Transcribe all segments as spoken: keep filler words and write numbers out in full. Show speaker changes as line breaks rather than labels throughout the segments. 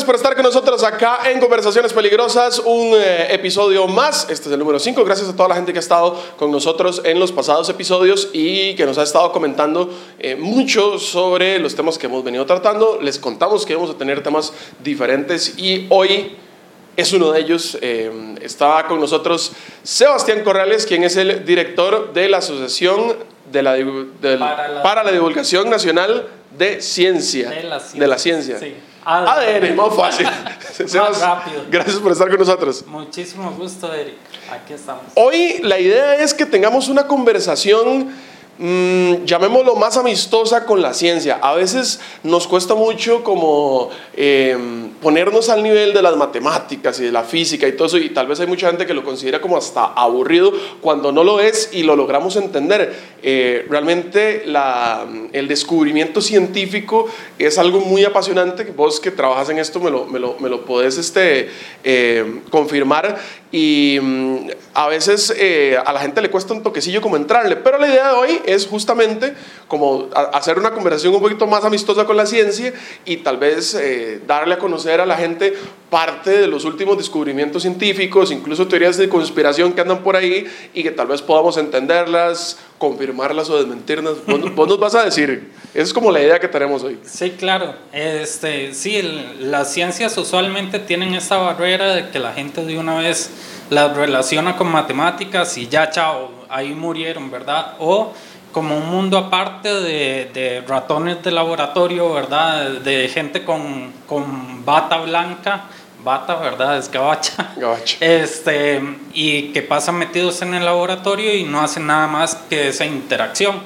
por estar con nosotros acá en Conversaciones Peligrosas, un eh, episodio más. Este es el número cinco. Gracias a toda la gente que ha estado con nosotros en los pasados episodios y que nos ha estado comentando eh, mucho sobre los temas que hemos venido tratando. Les contamos que vamos a tener temas diferentes y hoy es uno de ellos. Eh, estaba con nosotros Sebastián Corrales, quien es el director de la Asociación de la, del, para, la, para la Divulgación Nacional de Ciencia.
De la Ciencia.
De la ciencia.
Sí.
A D N, más fácil.
Más rápido.
Gracias por estar con nosotros.
Muchísimo gusto, Eric. Aquí estamos.
Hoy la idea es que tengamos una conversación, mmm, llamémoslo más amistosa con la ciencia. A veces nos cuesta mucho como eh, ponernos al nivel de las matemáticas y de la física y todo eso, y tal vez hay mucha gente que lo considera como hasta aburrido cuando no lo es y lo logramos entender. Eh, realmente la, el descubrimiento científico es algo muy apasionante. Vos que trabajas en esto me lo, me lo, me lo podés este, eh, confirmar, y mm, a veces eh, a la gente le cuesta un toquecillo como entrarle, pero la idea de hoy es justamente como a, hacer una conversación un poquito más amistosa con la ciencia y tal vez eh, darle a conocer a la gente parte de los últimos descubrimientos científicos, incluso teorías de conspiración que andan por ahí y que tal vez podamos entenderlas, confirmarlas o desmentirlas. Vos, vos nos vas a decir. Esa es como la idea que tenemos hoy.
Sí, claro. Este, sí, el, las ciencias usualmente tienen esa barrera de que la gente de una vez las relaciona con matemáticas y ya, chao, ahí murieron, ¿verdad? O como un mundo aparte de, de ratones de laboratorio, ¿verdad? De gente con, con bata blanca, bata, ¿verdad? Es gabacha.
Gabacha.
Este, y que pasan metidos en el laboratorio y no hacen nada más que esa interacción.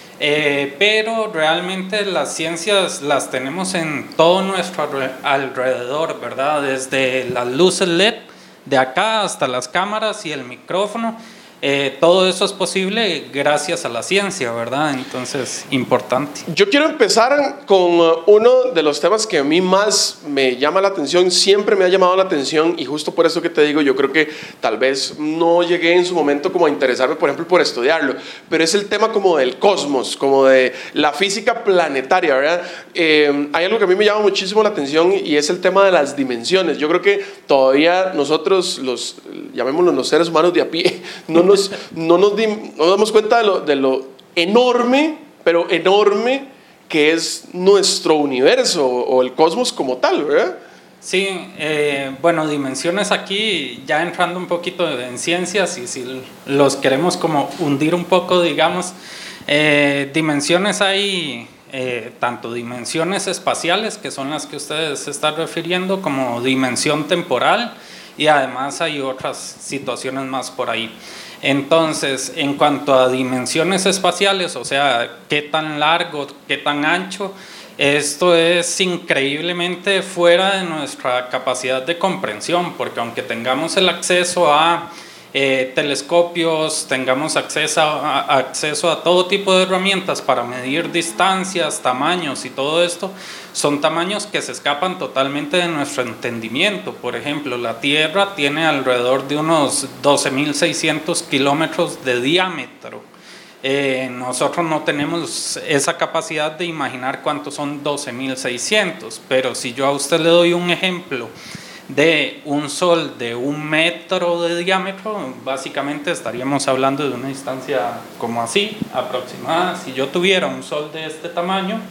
Eh, pero realmente las ciencias las tenemos en todo nuestro alrededor, ¿verdad? Desde las luces L E D de acá hasta las cámaras y el micrófono. Eh, todo eso es posible gracias a la ciencia, ¿verdad? Entonces, importante.
Yo quiero empezar con uno de los temas que a mí más me llama la atención, siempre me ha llamado la atención, y justo por eso que te digo, yo creo que tal vez no llegué en su momento como a interesarme, por ejemplo, por estudiarlo, pero es el tema como del cosmos, como de la física planetaria, ¿verdad? Eh, hay algo que a mí me llama muchísimo la atención y es el tema de las dimensiones. Yo creo que todavía nosotros, los, llamémoslo los seres humanos de a pie, no Nos, no, nos di, no nos damos cuenta de lo, de lo enorme, pero enorme que es nuestro universo o el cosmos como tal, ¿verdad?
Sí, eh, bueno, dimensiones aquí, ya entrando un poquito en ciencias y si los queremos como hundir un poco, digamos, eh, dimensiones hay eh, tanto dimensiones espaciales, que son las que ustedes se están refiriendo, como dimensión temporal, y además hay otras situaciones más por ahí. Entonces, en cuanto a dimensiones espaciales, o sea, qué tan largo, qué tan ancho, esto es increíblemente fuera de nuestra capacidad de comprensión, porque aunque tengamos el acceso a eh, telescopios, tengamos acceso a, acceso a todo tipo de herramientas para medir distancias, tamaños y todo esto, son tamaños que se escapan totalmente de nuestro entendimiento. Por ejemplo, la Tierra tiene alrededor de unos doce mil seiscientos kilómetros de diámetro. Eh, nosotros no tenemos esa capacidad de imaginar cuántos son doce mil seiscientos, pero si yo a usted le doy un ejemplo de un sol de un metro de diámetro, básicamente estaríamos hablando de una distancia como así, aproximada. Si yo tuviera un sol de este tamaño,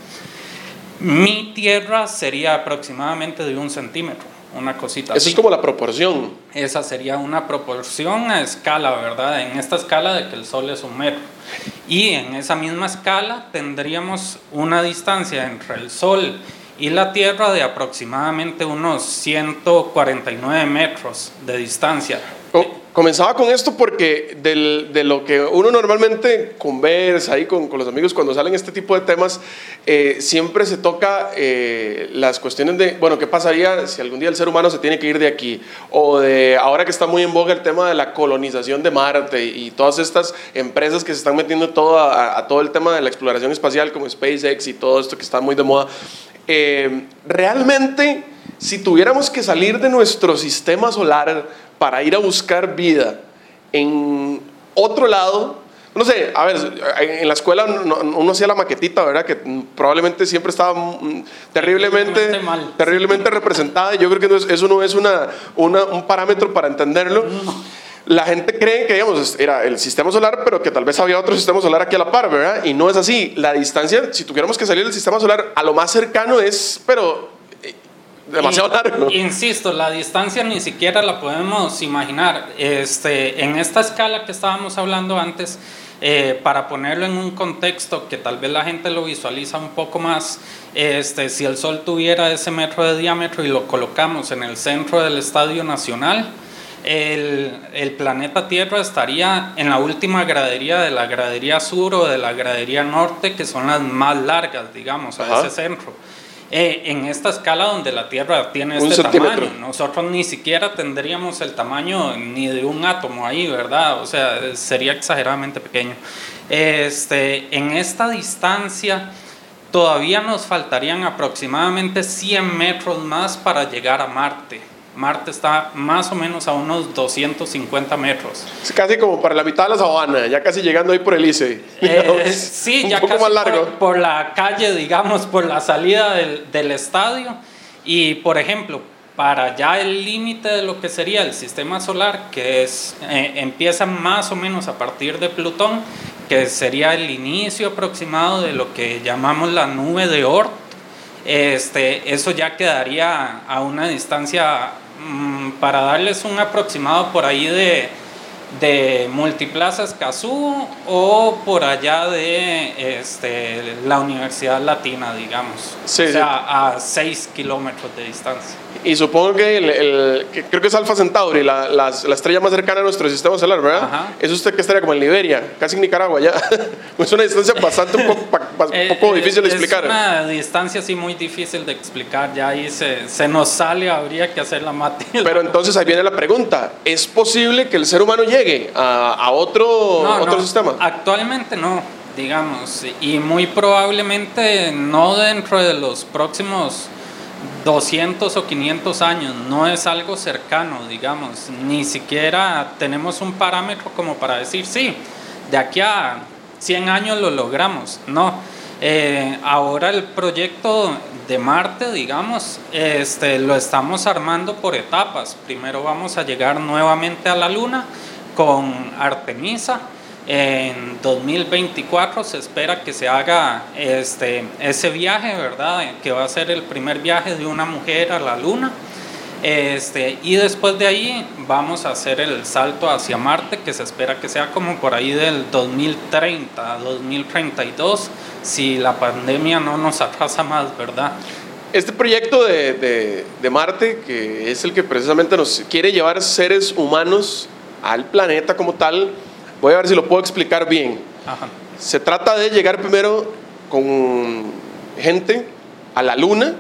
mi Tierra sería aproximadamente de un centímetro, una cosita así.
Eso es como la proporción.
Esa sería una proporción a escala, ¿verdad? En esta escala de que el Sol es un metro. Y en esa misma escala tendríamos una distancia entre el Sol y la Tierra de aproximadamente unos ciento cuarenta y nueve metros de distancia.
Comenzaba con esto porque del, de lo que uno normalmente conversa ahí con, con los amigos cuando salen este tipo de temas, eh, siempre se toca eh, las cuestiones de, bueno, ¿qué pasaría si algún día el ser humano se tiene que ir de aquí? O de, ahora que está muy en boga el tema de la colonización de Marte y, y todas estas empresas que se están metiendo todo a, a todo el tema de la exploración espacial como SpaceX y todo esto que está muy de moda. Eh, realmente, si tuviéramos que salir de nuestro sistema solar para ir a buscar vida en otro lado, No sé, a ver, en la escuela uno hacía la maquetita, ¿verdad? Que probablemente siempre estaba terriblemente, terriblemente, mal. terriblemente representada, y yo creo que eso no es una, una, un parámetro para entenderlo. No. La gente cree que, digamos, era el sistema solar, pero que tal vez había otro sistema solar aquí a la par, ¿verdad? Y no es así. La distancia, si tuviéramos que salir del sistema solar, a lo más cercano es, pero demasiado
y,
largo.
Insisto, la distancia ni siquiera la podemos imaginar. Este, en esta escala que estábamos hablando antes, eh, para ponerlo en un contexto que tal vez la gente lo visualiza un poco más, este, si el Sol tuviera ese metro de diámetro y lo colocamos en el centro del Estadio Nacional, el, el planeta Tierra estaría en la última gradería de la gradería sur o de la gradería norte, que son las más largas, digamos, a Ajá. ese centro. Eh, en esta escala donde la Tierra tiene este tamaño, nosotros ni siquiera tendríamos el tamaño ni de un átomo ahí, ¿verdad? O sea, sería exageradamente pequeño. Este, en esta distancia todavía nos faltarían aproximadamente cien metros más para llegar a Marte. Marte está más o menos a unos doscientos cincuenta metros.
Es casi como para la mitad de la sabana, ya casi llegando ahí por el I C E.
Eh, sí, un ya poco casi más largo. Por, por la calle, digamos, por la salida del, del estadio. Y, por ejemplo, para ya el límite de lo que sería el sistema solar, que es, eh, empieza más o menos a partir de Plutón, que sería el inicio aproximado de lo que llamamos la nube de Oort. Este, eso ya quedaría a una distancia, mmm, para darles un aproximado por ahí de, de Multiplaza Escazú o por allá de este, la Universidad Latina, digamos. Sí, o sea, sí. A seis kilómetros de distancia.
Y supongo que, el, el, que creo que es Alfa Centauri, la, la, la estrella más cercana a nuestro sistema solar, ¿verdad? Ajá. ¿Es usted que estaría como en Liberia, casi en Nicaragua ya? Es una distancia bastante un poco, un
eh,
poco difícil de explicar.
Es una distancia sí muy difícil de explicar, ya ahí se, se nos sale, habría que hacer la mate.
Pero entonces ahí viene la pregunta, ¿es posible que el ser humano llegue a, a otro,
no,
otro
no,
sistema?
Actualmente no, digamos, y muy probablemente no dentro de los próximos doscientos o quinientos años, no es algo cercano, digamos, ni siquiera tenemos un parámetro como para decir, sí, de aquí a cien años lo logramos, no. Eh, ahora el proyecto de Marte, digamos, este, lo estamos armando por etapas. Primero vamos a llegar nuevamente a la Luna con Artemisa. En dos mil veinticuatro se espera que se haga este, ese viaje, ¿verdad? Que va a ser el primer viaje de una mujer a la Luna. Este, y después de ahí vamos a hacer el salto hacia Marte, que se espera que sea como por ahí del dos mil treinta, dos mil treinta y dos, si la pandemia no nos atrasa más, ¿verdad?
Este proyecto de, de, de Marte, que es el que precisamente nos quiere llevar seres humanos al planeta como tal, voy a ver si lo puedo explicar bien. Ajá. Se trata de llegar primero con gente a la Luna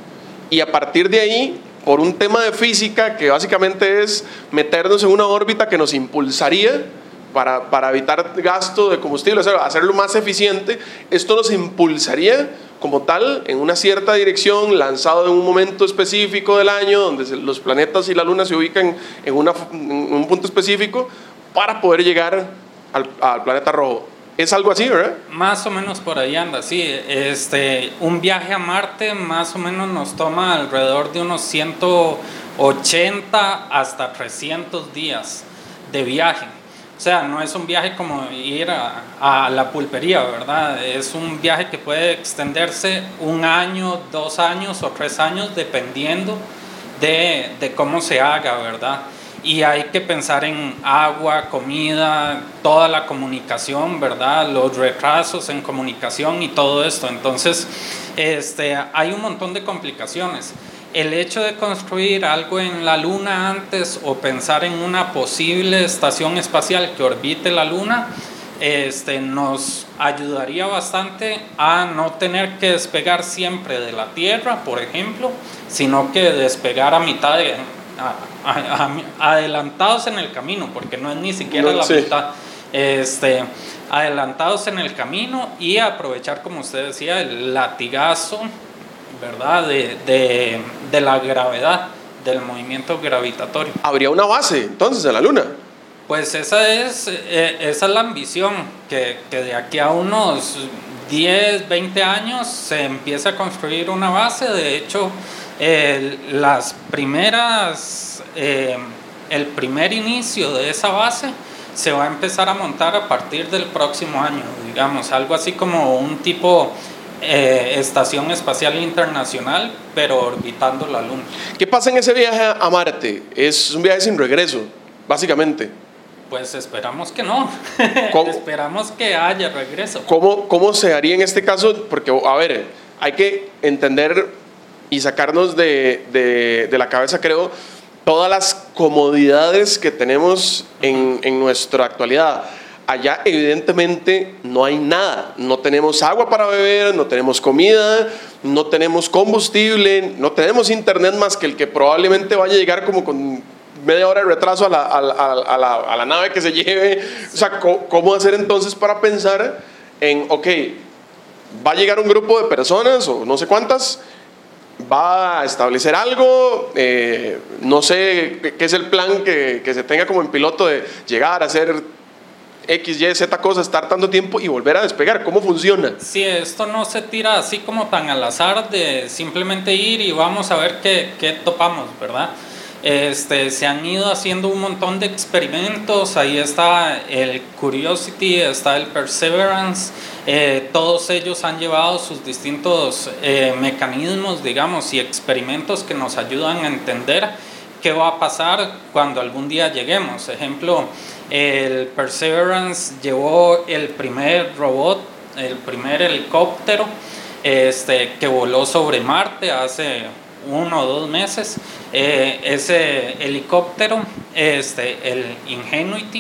y a partir de ahí, por un tema de física que básicamente es meternos en una órbita que nos impulsaría para, para evitar gasto de combustible, o sea, hacerlo más eficiente. Esto nos impulsaría como tal en una cierta dirección, lanzado en un momento específico del año donde los planetas y la Luna se ubican en, una, en un punto específico, para poder llegar al, al planeta rojo. ¿Es algo así, verdad?
Más o menos por ahí anda, sí. Este, un viaje a Marte más o menos nos toma alrededor de unos ciento ochenta hasta trescientos días de viaje. O sea, no es un viaje como ir a, a la pulpería, ¿verdad? Es un viaje que puede extenderse un año, dos años o tres años, dependiendo de, de cómo se haga, ¿verdad? Y hay que pensar en agua, comida, toda la comunicación, ¿verdad? Los retrasos en comunicación y todo esto. Entonces, este, hay un montón de complicaciones. El hecho de construir algo en la Luna antes o pensar en una posible estación espacial que orbite la Luna, este, nos ayudaría bastante a no tener que despegar siempre de la Tierra, por ejemplo, sino que despegar a mitad de... A, a, a, adelantados en el camino, porque no es ni siquiera no, la sí. mitad, este, adelantados en el camino y aprovechar, como usted decía, el latigazo, ¿verdad? De, de, de la gravedad, del movimiento gravitatorio.
¿Habría una base entonces en la Luna?
Pues esa es, eh, esa es la ambición, que, que de aquí a unos diez, veinte años se empiece a construir una base. De hecho, eh, las primeras, eh, el primer inicio de esa base se va a empezar a montar a partir del próximo año, digamos, algo así como un tipo eh, estación espacial internacional, pero orbitando la Luna.
¿Qué pasa en ese viaje a Marte? Es un viaje sin regreso, básicamente.
Pues esperamos que no, esperamos que haya regreso.
¿Cómo, ¿Cómo se haría en este caso? Porque, a ver, hay que entender y sacarnos de, de, de la cabeza, creo, todas las comodidades que tenemos en, en nuestra actualidad. Allá evidentemente no hay nada, no tenemos agua para beber, no tenemos comida, no tenemos combustible, no tenemos internet más que el que probablemente vaya a llegar como con media hora de retraso a la, a la, a la, a la nave que se lleve. O sea, ¿cómo hacer entonces para pensar en, ok, va a llegar un grupo de personas o no sé cuántas, va a establecer algo, eh, no sé qué es el plan que, que se tenga como en piloto de llegar a hacer X, Y, Z cosas, estar tanto tiempo y volver a despegar? ¿Cómo funciona?
Sí, esto no se tira así como tan al azar de simplemente ir y vamos a ver qué, qué topamos, ¿verdad? Este, se han ido haciendo un montón de experimentos. Ahí está el Curiosity, está el Perseverance, eh, todos ellos han llevado sus distintos eh, mecanismos, digamos, y experimentos que nos ayudan a entender qué va a pasar cuando algún día lleguemos. Ejemplo, el Perseverance llevó el primer robot, el primer helicóptero este, que voló sobre Marte hace uno o dos meses. Eh, ese helicóptero, este, el Ingenuity,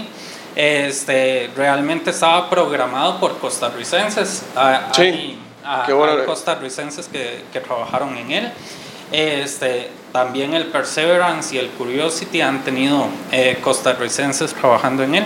este, realmente estaba programado por costarricenses.
Sí,
hay,
qué bueno.
Hay costarricenses que, que trabajaron en él. Este, también el Perseverance y el Curiosity han tenido eh, costarricenses trabajando en él.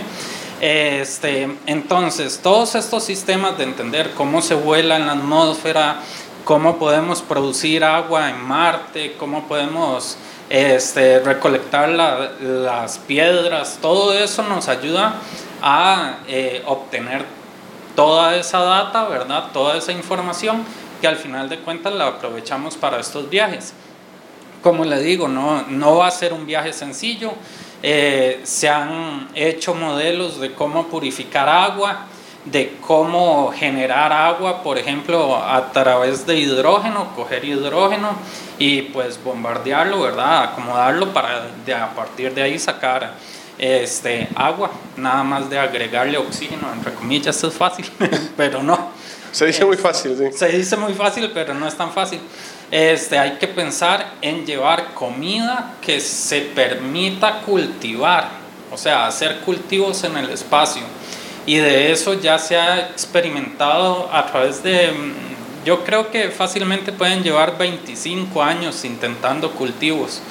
Este, entonces, todos estos sistemas de entender cómo se vuela en la atmósfera, cómo podemos producir agua en Marte, cómo podemos este, recolectar la, las piedras, todo eso nos ayuda a eh, obtener toda esa data, ¿verdad? Toda esa información que al final de cuentas la aprovechamos para estos viajes. Como le digo, no, no va a ser un viaje sencillo. Eh, se han hecho modelos de cómo purificar agua, de cómo generar agua, por ejemplo, a través de hidrógeno, coger hidrógeno y pues bombardearlo, ¿verdad? Acomodarlo para de, a partir de ahí sacar este, agua, nada más de agregarle oxígeno, entre comillas, es fácil, pero no.
Se dice muy fácil, sí.
Se dice muy fácil, pero no es tan fácil. Este, hay que pensar en llevar comida que se permita cultivar, o sea, hacer cultivos en el espacio. Y de eso ya se ha experimentado a través de, yo creo que fácilmente pueden llevar veinticinco años intentando cultivos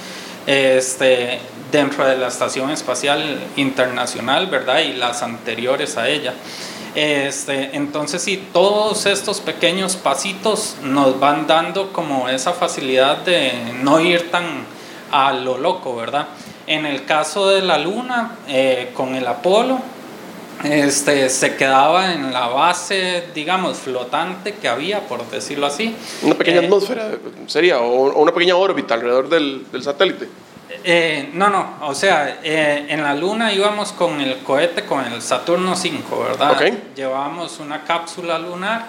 este, dentro de la Estación Espacial Internacional, ¿verdad? Y las anteriores a ella. Este, entonces sí, todos estos pequeños pasitos nos van dando como esa facilidad de no ir tan a lo loco, ¿verdad? En el caso de la Luna, eh, con el Apolo, este, se quedaba en la base, digamos, flotante que había, por decirlo así.
Una pequeña
eh,
atmósfera sería, o una pequeña órbita alrededor del, del satélite.
Eh, no, no, o sea, eh, en la Luna íbamos con el cohete, con el Saturno cinco, ¿verdad?
Okay.
Llevábamos una cápsula lunar,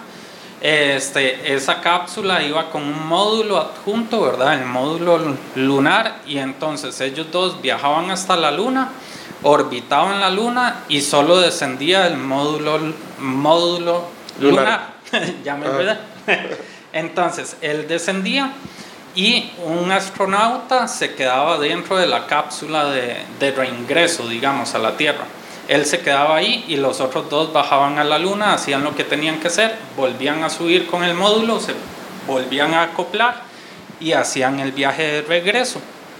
este, esa cápsula iba con un módulo adjunto, ¿verdad? El módulo lunar, y entonces ellos dos viajaban hasta la Luna, orbitaban la Luna y solo descendía el módulo, módulo lunar, lunar. Ya me olvidé. Entonces, él descendía y un astronauta se quedaba dentro de la cápsula de, de reingreso, digamos, a la Tierra. Él se quedaba ahí y los otros dos bajaban a la Luna, hacían lo que tenían que hacer, volvían a subir con el módulo, se volvían a acoplar y hacían el viaje de regreso.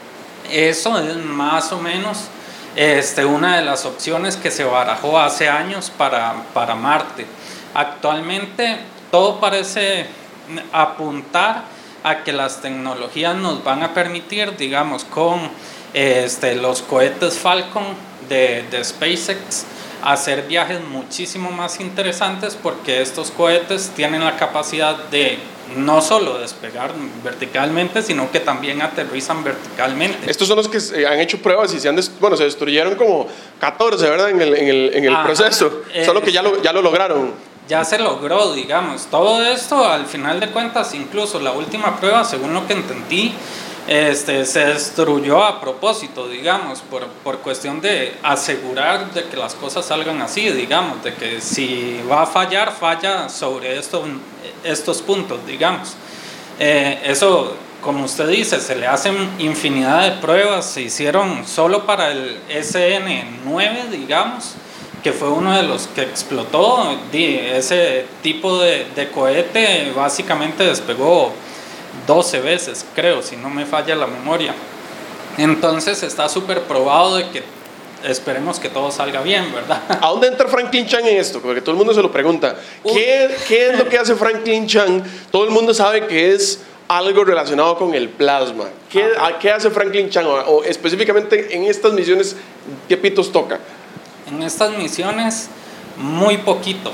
Eso es más o menos este, una de las opciones que se barajó hace años para, para Marte. Actualmente todo parece apuntar a que las tecnologías nos van a permitir, digamos, con este, los cohetes Falcon de, de SpaceX, hacer viajes muchísimo más interesantes, porque estos cohetes tienen la capacidad de no solo despegar verticalmente, sino que también aterrizan verticalmente.
Estos son los que se han hecho pruebas y se han des, bueno, se destruyeron como catorce, ¿verdad? En el, en el, en el Ajá, proceso, eh, solo que ya lo, ya lo lograron.
Ya se logró, digamos. Todo esto, al final de cuentas, incluso la última prueba, según lo que entendí, Este, se destruyó a propósito, digamos, por, por cuestión de asegurar de que las cosas salgan así, digamos, de que si va a fallar, falla sobre esto, estos puntos, digamos. Eh, eso, como usted dice, se le hacen infinidad de pruebas, se hicieron solo para el S N nueve, digamos, que fue uno de los que explotó. Ese tipo de, de cohete básicamente despegó doce veces, creo, si no me falla la memoria. Entonces está súper probado de que esperemos que todo salga bien, ¿verdad?
¿A dónde entra Franklin Chan en esto? Porque todo el mundo se lo pregunta. ¿Qué, ¿Qué es lo que hace Franklin Chan? Todo el mundo sabe que es algo relacionado con el plasma. ¿Qué, a, ¿qué hace Franklin Chan? O, o específicamente en estas misiones, ¿qué pitos toca?
En estas misiones, muy poquito.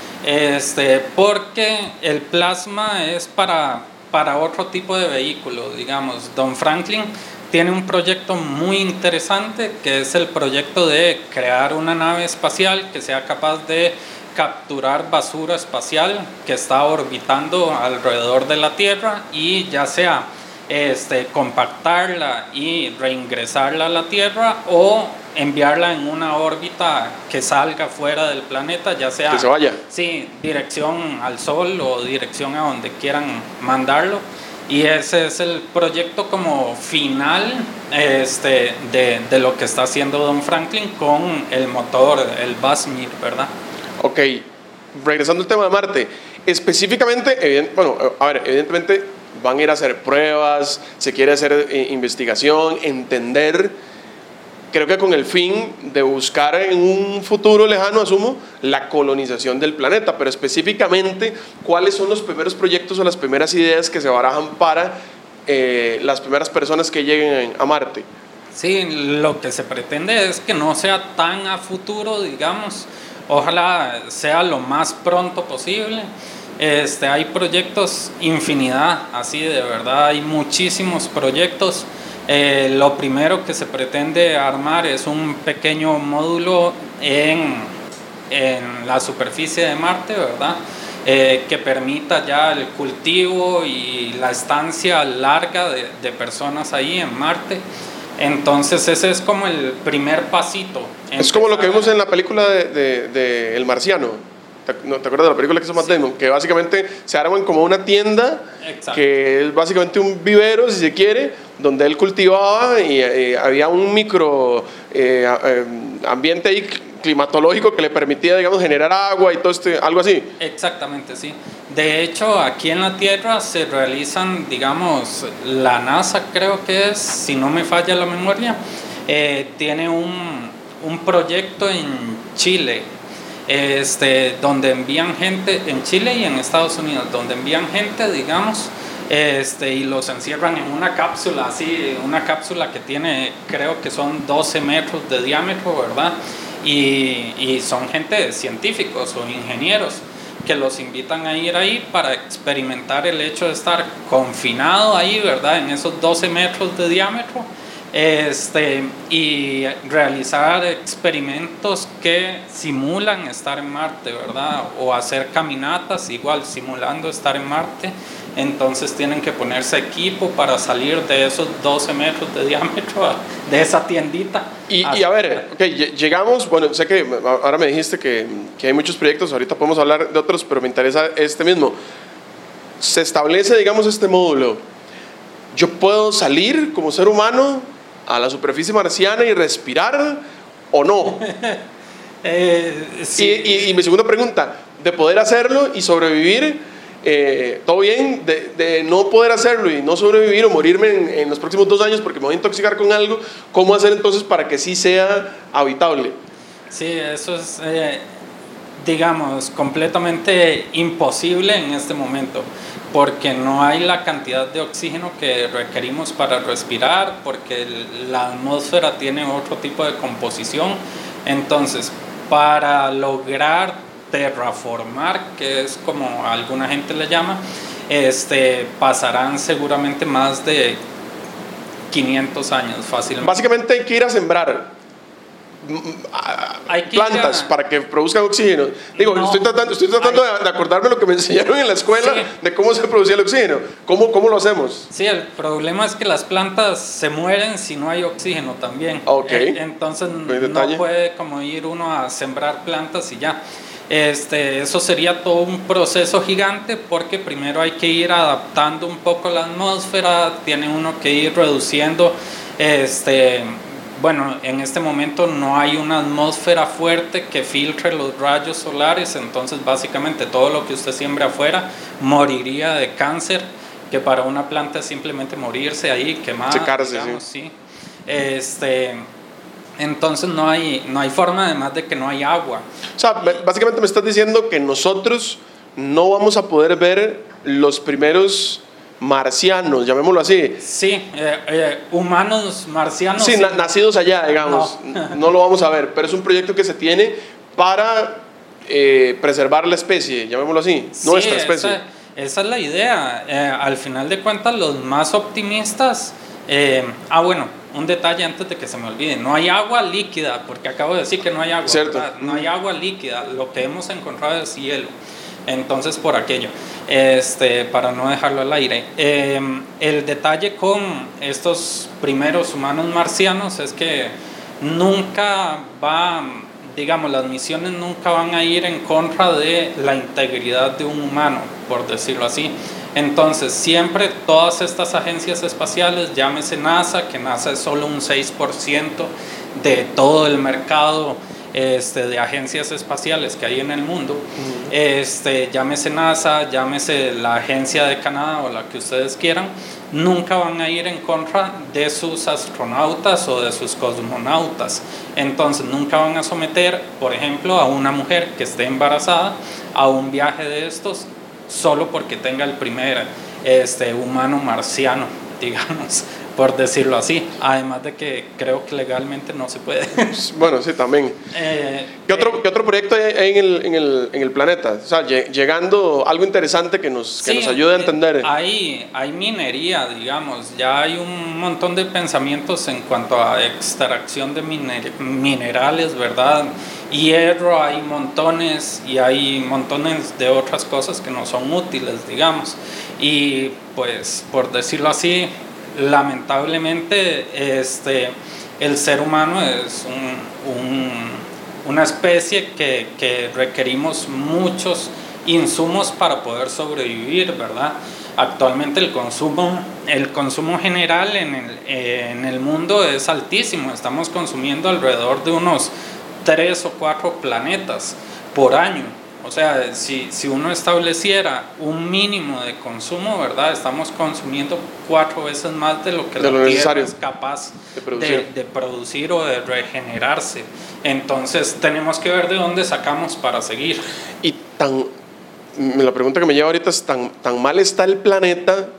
Este, porque el plasma es para... para otro tipo de vehículo, digamos. Don Franklin tiene un proyecto muy interesante, que es el proyecto de crear una nave espacial que sea capaz de capturar basura espacial que está orbitando alrededor de la Tierra, y ya sea este, compactarla y reingresarla a la Tierra, o enviarla en una órbita que salga fuera del planeta, ya sea
que se vaya.
Sí, dirección al Sol o dirección a donde quieran mandarlo. Y ese es el proyecto como final este, de, de lo que está haciendo Don Franklin con el motor, el Basmir, ¿verdad?
Ok, regresando al tema de Marte, específicamente, evident, bueno, a ver, evidentemente van a ir a hacer pruebas, se quiere hacer eh, investigación, entender. Creo que con el fin de buscar en un futuro lejano, asumo, la colonización del planeta, pero específicamente, ¿cuáles son los primeros proyectos o las primeras ideas que se barajan para eh, las primeras personas que lleguen a Marte?
Sí, lo que se pretende es que no sea tan a futuro, digamos, ojalá sea lo más pronto posible. Este, hay proyectos infinidad, así de verdad, hay muchísimos proyectos. Eh, lo primero que se pretende armar es un pequeño módulo en, en la superficie de Marte, ¿verdad? Eh, que permita ya el cultivo y la estancia larga de, de personas ahí en Marte. Entonces ese es como el primer pasito.
Es como lo que vimos en la película de, de, de El Marciano. ¿Te, no, ¿Te acuerdas de la película que hizo Matt sí. Damon? Que básicamente se arman como una tienda. Exacto. Que es básicamente un vivero, si se quiere, donde él cultivaba y eh, había un micro eh, eh, ambiente ahí climatológico que le permitía, digamos, generar agua y todo este, algo así.
Exactamente, sí. De hecho, aquí en la Tierra se realizan, digamos, la NASA creo que es, si no me falla la memoria, eh, tiene un, un proyecto en Chile, este, donde envían gente, en Chile y en Estados Unidos, donde envían gente, digamos, este, y los encierran en una cápsula, así, una cápsula que tiene, creo que son doce metros de diámetro, ¿verdad? Y, y son gente, científicos o ingenieros, que los invitan a ir ahí para experimentar el hecho de estar confinado ahí, ¿verdad? En esos doce metros de diámetro, este, y realizar experimentos que simulan estar en Marte, ¿verdad? O hacer caminatas igual simulando estar en Marte. Entonces tienen que ponerse equipo para salir de esos doce metros de diámetro, de esa tiendita.
Y, y a ver, okay, llegamos, bueno, sé que ahora me dijiste que, que hay muchos proyectos, ahorita podemos hablar de otros, pero me interesa este mismo. Se establece, digamos, este módulo. ¿Yo puedo salir como ser humano a la superficie marciana y respirar o no?
eh, sí.
y, y, y mi segunda pregunta, de poder hacerlo y sobrevivir, eh, todo bien, de, de no poder hacerlo y no sobrevivir o morirme en, en los próximos dos años porque me voy a intoxicar con algo, ¿cómo hacer entonces para que sí sea habitable?
Sí, eso es... Eh, digamos, completamente imposible en este momento, porque no hay la cantidad de oxígeno que requerimos para respirar, porque la atmósfera tiene otro tipo de composición. Entonces, para lograr terraformar, que es como alguna gente le llama, este, pasarán seguramente más de quinientos años fácilmente.
Básicamente hay que ir a sembrar plantas a... para que produzcan oxígeno. Digo, no, estoy tratando, estoy tratando hay... de acordarme lo que me enseñaron en la escuela, sí, de cómo se producía el oxígeno. ¿Cómo, ¿Cómo lo hacemos?
Sí, el problema es que las plantas se mueren si no hay oxígeno también.
Okay.
Entonces no puede como ir uno a sembrar plantas y ya. Este, eso sería todo un proceso gigante, porque primero hay que ir adaptando un poco la atmósfera, tiene uno que ir reduciendo este, bueno, en este momento no hay una atmósfera fuerte que filtre los rayos solares, entonces básicamente todo lo que usted siembre afuera moriría de cáncer, que para una planta es simplemente morirse ahí, quemada,
secarse,
digamos,
sí.
sí. Este, entonces no hay, no hay forma, además de que no hay agua.
O sea, básicamente me estás diciendo que nosotros no vamos a poder ver los primeros marcianos, llamémoslo así.
Sí, eh, eh, humanos marcianos.
Sí, sí. Na- nacidos allá, digamos. No. no lo vamos a ver, pero es un proyecto que se tiene para eh, preservar la especie, llamémoslo así,
sí,
nuestra especie.
Esa, esa es la idea. Eh, al final de cuentas, los más optimistas. Eh, ah, bueno, un detalle antes de que se me olvide: no hay agua líquida, porque acabo de decir que no hay agua.
Cierto.
No hay agua líquida, lo que hemos encontrado es hielo. Entonces, por aquello, este, para no dejarlo al aire. Eh, el detalle con estos primeros humanos marcianos es que nunca va, digamos, las misiones nunca van a ir en contra de la integridad de un humano, por decirlo así. Entonces, siempre todas estas agencias espaciales, llámese NASA, que NASA es solo un seis por ciento de todo el mercado Este, de agencias espaciales que hay en el mundo, uh-huh. este, llámese NASA, llámese la agencia de Canadá o la que ustedes quieran, nunca van a ir en contra de sus astronautas o de sus cosmonautas. Entonces nunca van a someter, por ejemplo, a una mujer que esté embarazada a un viaje de estos solo porque tenga el primer este, humano marciano, digamos, por decirlo así. Además de que creo que legalmente no se puede.
Bueno, sí, también. Eh, ¿Qué, otro, eh, ¿Qué otro proyecto hay en el, en el, en el planeta? O sea, llegando algo interesante que nos, que sí, nos ayude a entender.
Hay, hay minería, digamos. Ya hay un montón de pensamientos en cuanto a extracción de miner, minerales, ¿verdad? Hierro, hay montones, y hay montones de otras cosas que no son útiles, digamos. Y pues, por decirlo así, lamentablemente este, el ser humano es un, un, una especie que, que requerimos muchos insumos para poder sobrevivir, ¿verdad? Actualmente el consumo, el consumo general en el, en el mundo es altísimo. Estamos consumiendo alrededor de unos tres o cuatro planetas por año. O sea, si, si uno estableciera un mínimo de consumo, ¿verdad? Estamos consumiendo cuatro veces más de lo que
de
la
lo
Tierra es capaz de producir. De, de producir o de regenerarse. Entonces, tenemos que ver de dónde sacamos para seguir.
Y tan, la pregunta que me lleva ahorita es, ¿tan, tan mal está el planeta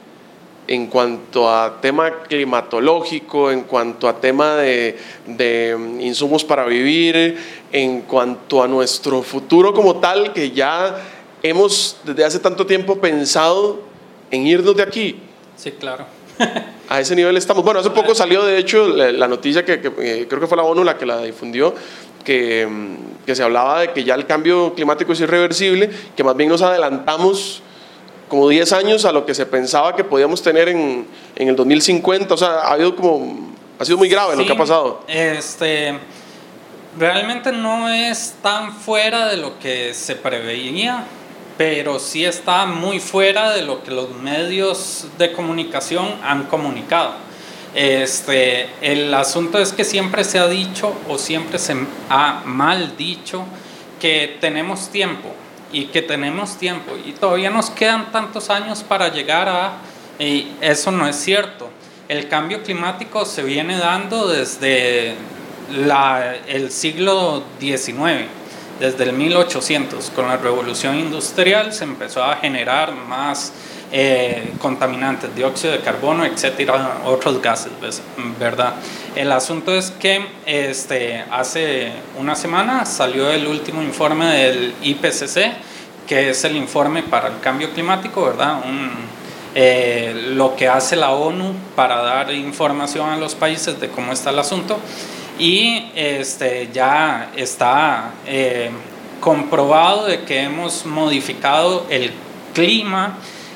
en cuanto a tema climatológico, en cuanto a tema de, de insumos para vivir, en cuanto a nuestro futuro como tal, que ya hemos desde hace tanto tiempo pensado en irnos de aquí?
Sí, claro.
A ese nivel estamos. Bueno, hace poco salió de hecho la, la noticia que, que eh, creo que fue la ONU la que la difundió, que, que se hablaba de que ya el cambio climático es irreversible, que más bien nos adelantamos como diez años a lo que se pensaba que podíamos tener en, en el dos mil cincuenta. O sea, ha habido como, ha sido muy grave, sí, lo que ha pasado.
Este, realmente no es tan fuera de lo que se preveía, pero sí está muy fuera de lo que los medios de comunicación han comunicado. Este, el asunto es que siempre se ha dicho, o siempre se ha mal dicho, que tenemos tiempo. Y que tenemos tiempo y todavía nos quedan tantos años para llegar a... Y eso no es cierto. El cambio climático se viene dando desde la, el siglo diecinueve. desde el mil ochocientos, con la revolución industrial, se empezó a generar más eh, contaminantes, dióxido de carbono, etcétera, otros gases, ¿verdad? El asunto es que este, hace una semana salió el último informe del I P C C, que es el informe para el cambio climático, ¿verdad? Un, eh, lo que hace la ONU para dar información a los países de cómo está el asunto. Y este, ya está eh, comprobado de que hemos modificado el clima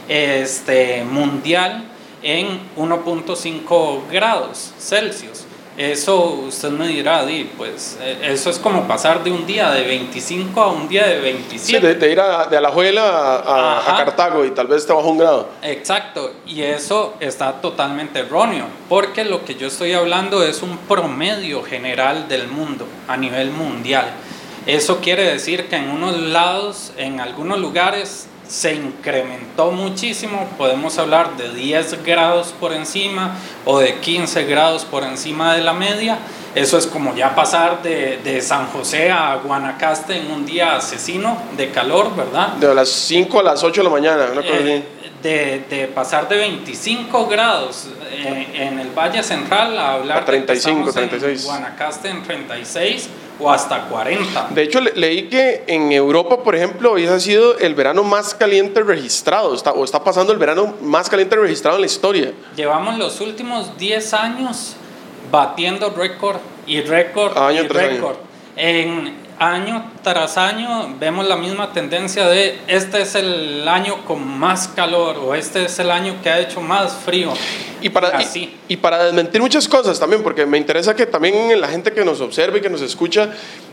este, mundial en uno punto cinco grados Celsius. Eso usted me dirá, Di, pues eso es como pasar de un día de veinticinco a un día de veintisiete.
Sí, de, de ir a, de Alajuela a, a, a Cartago y tal vez te baja un grado.
Exacto, y eso está totalmente erróneo, porque lo que yo estoy hablando es un promedio general del mundo, a nivel mundial. Eso quiere decir que en unos lados, en algunos lugares, se incrementó muchísimo, podemos hablar de diez grados por encima o de quince grados por encima de la media. Eso es como ya pasar de, de San José a Guanacaste en un día asesino de calor, ¿verdad?
De las cinco a las ocho de la mañana, una cosa
eh,
así.
De, de pasar de veinticinco grados en, en el Valle Central a hablar
a treinta y cinco,
de que
treinta y seis.
en Guanacaste en treinta y seis o hasta cuarenta.
De hecho, le, leí que en Europa, por ejemplo, hoy ha sido el verano más caliente registrado, está, o está pasando el verano más caliente registrado en la historia.
Llevamos los últimos diez años batiendo récord y récord
año
y
tras
récord.
Año.
En año tras año vemos la misma tendencia de este es el año con más calor o este es el año que ha hecho más frío.
Y para, y, y para desmentir muchas cosas también, porque me interesa que también la gente que nos observe y que nos escucha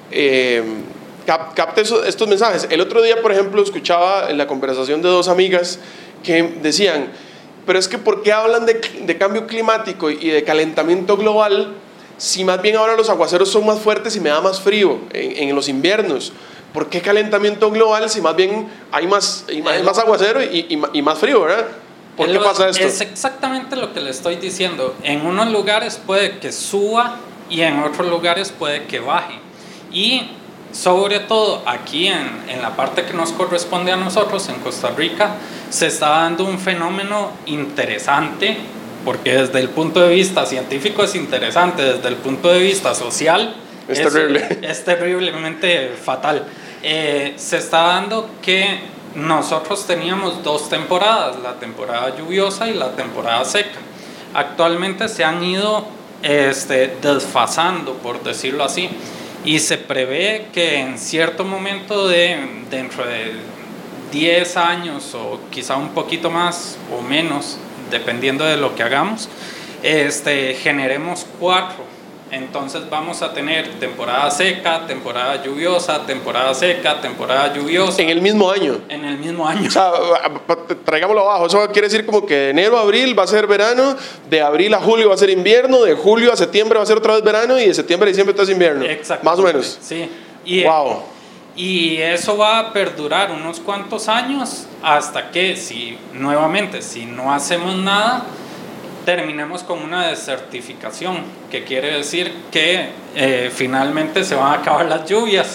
eh, cap, capte esos, estos mensajes. El otro día, por ejemplo, escuchaba en la conversación de dos amigas que decían, pero es que ¿por qué hablan de, de cambio climático y de calentamiento global si más bien ahora los aguaceros son más fuertes y me da más frío en, en los inviernos? ¿Por qué calentamiento global si más bien hay más, hay más, hay más aguacero y, y, y más frío, ¿verdad? ¿Por qué pasa esto?
Es exactamente lo que le estoy diciendo. En unos lugares puede que suba y en otros lugares puede que baje. Y sobre todo aquí en, en la parte que nos corresponde a nosotros, en Costa Rica, se está dando un fenómeno interesante, porque desde el punto de vista científico es interesante, desde el punto de vista social
es, es terrible.
Es terriblemente fatal. Eh, se está dando que nosotros teníamos dos temporadas, la temporada lluviosa y la temporada seca. Actualmente se han ido este, desfasando, por decirlo así, y se prevé que en cierto momento de dentro de diez años o quizá un poquito más o menos, dependiendo de lo que hagamos, este, generemos cuatro. Entonces vamos a tener temporada seca, temporada lluviosa, temporada seca, temporada lluviosa.
En el mismo año.
En el mismo año.
O sea, traigámoslo abajo. Eso quiere decir como que de enero a abril va a ser verano, de abril a julio va a ser invierno, de julio a septiembre va a ser otra vez verano y de septiembre a diciembre todo es invierno.
Exacto.
Más o menos.
Sí. Y,
wow.
Y eso va a perdurar unos cuantos años hasta que, si nuevamente, si no hacemos nada, terminemos con una desertificación, que quiere decir que eh, finalmente se van a acabar las lluvias.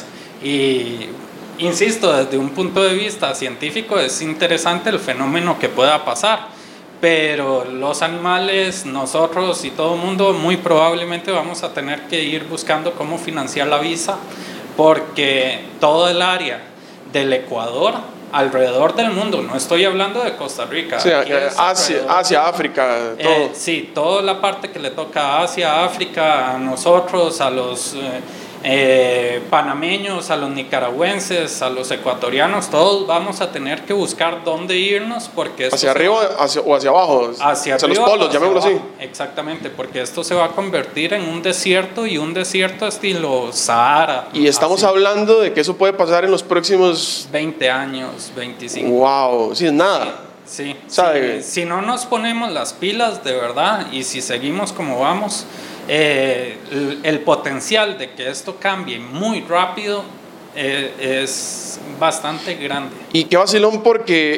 Y insisto, desde un punto de vista científico es interesante el fenómeno que pueda pasar, pero los animales, nosotros y todo el mundo muy probablemente vamos a tener que ir buscando cómo financiar la visa, porque todo el área del Ecuador, alrededor del mundo, no estoy hablando de Costa Rica,
sí, Asia, Asia, África, todo.
Eh, sí, toda la parte que le toca a Asia, África, a nosotros, a los eh, eh, panameños, a los nicaragüenses, a los ecuatorianos, todos vamos a tener que buscar dónde irnos, porque
hacia arriba
va,
hacia, o hacia abajo,
hacia,
hacia
arriba,
los polos,
hacia
llamémoslo
abajo,
así.
Exactamente, porque esto se va a convertir en un desierto, y un desierto estilo Sahara.
Y estamos
así.
hablando de que eso puede pasar en los próximos
veinte años, veinticinco.
Wow, sí, es nada.
Sí, sí,
¿sabe?
Si, si no nos ponemos las pilas de verdad y si seguimos como vamos, eh, el, el potencial de que esto cambie muy rápido eh, es bastante grande.
Y qué vacilón, porque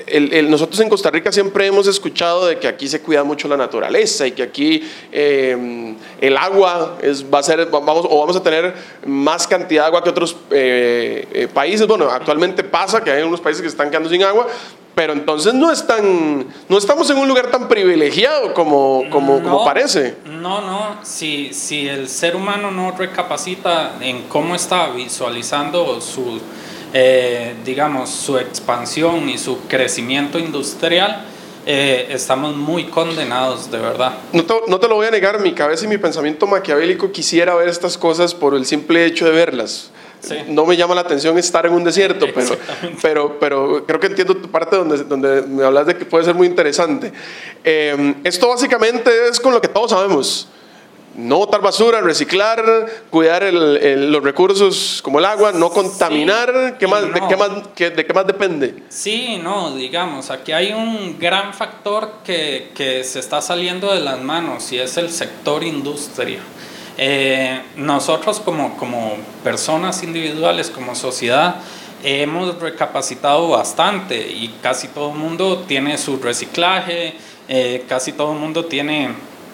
el, el, nosotros en Costa Rica siempre hemos escuchado de que aquí se cuida mucho la naturaleza y que aquí eh, el agua es, va a ser, vamos, o vamos a tener más cantidad de agua que otros eh, eh, países. Bueno, actualmente pasa que hay unos países que se están quedando sin agua, pero entonces no, es tan, no estamos en un lugar tan privilegiado como, como,
no,
como parece.
No, no, si, si el ser humano no recapacita en cómo está visualizando su, eh, digamos, su expansión y su crecimiento industrial, eh, estamos muy condenados, de verdad.
No te, no te lo voy a negar, mi cabeza y mi pensamiento maquiavélico quisiera ver estas cosas por el simple hecho de verlas. Sí. No me llama la atención estar en un desierto, pero, pero, pero creo que entiendo tu parte donde, donde me hablas de que puede ser muy interesante. Eh, esto básicamente es con lo que todos sabemos. No botar basura, reciclar, cuidar el, el, los recursos como el agua, no contaminar. Sí, ¿Qué más, no. de, qué más, qué, ¿De qué más depende?
Sí, no, digamos, aquí hay un gran factor que, que se está saliendo de las manos y es el sector industria. Eh, nosotros como, como personas individuales, como sociedad, hemos recapacitado bastante y casi todo el mundo tiene su reciclaje, eh, casi todo el mundo tiene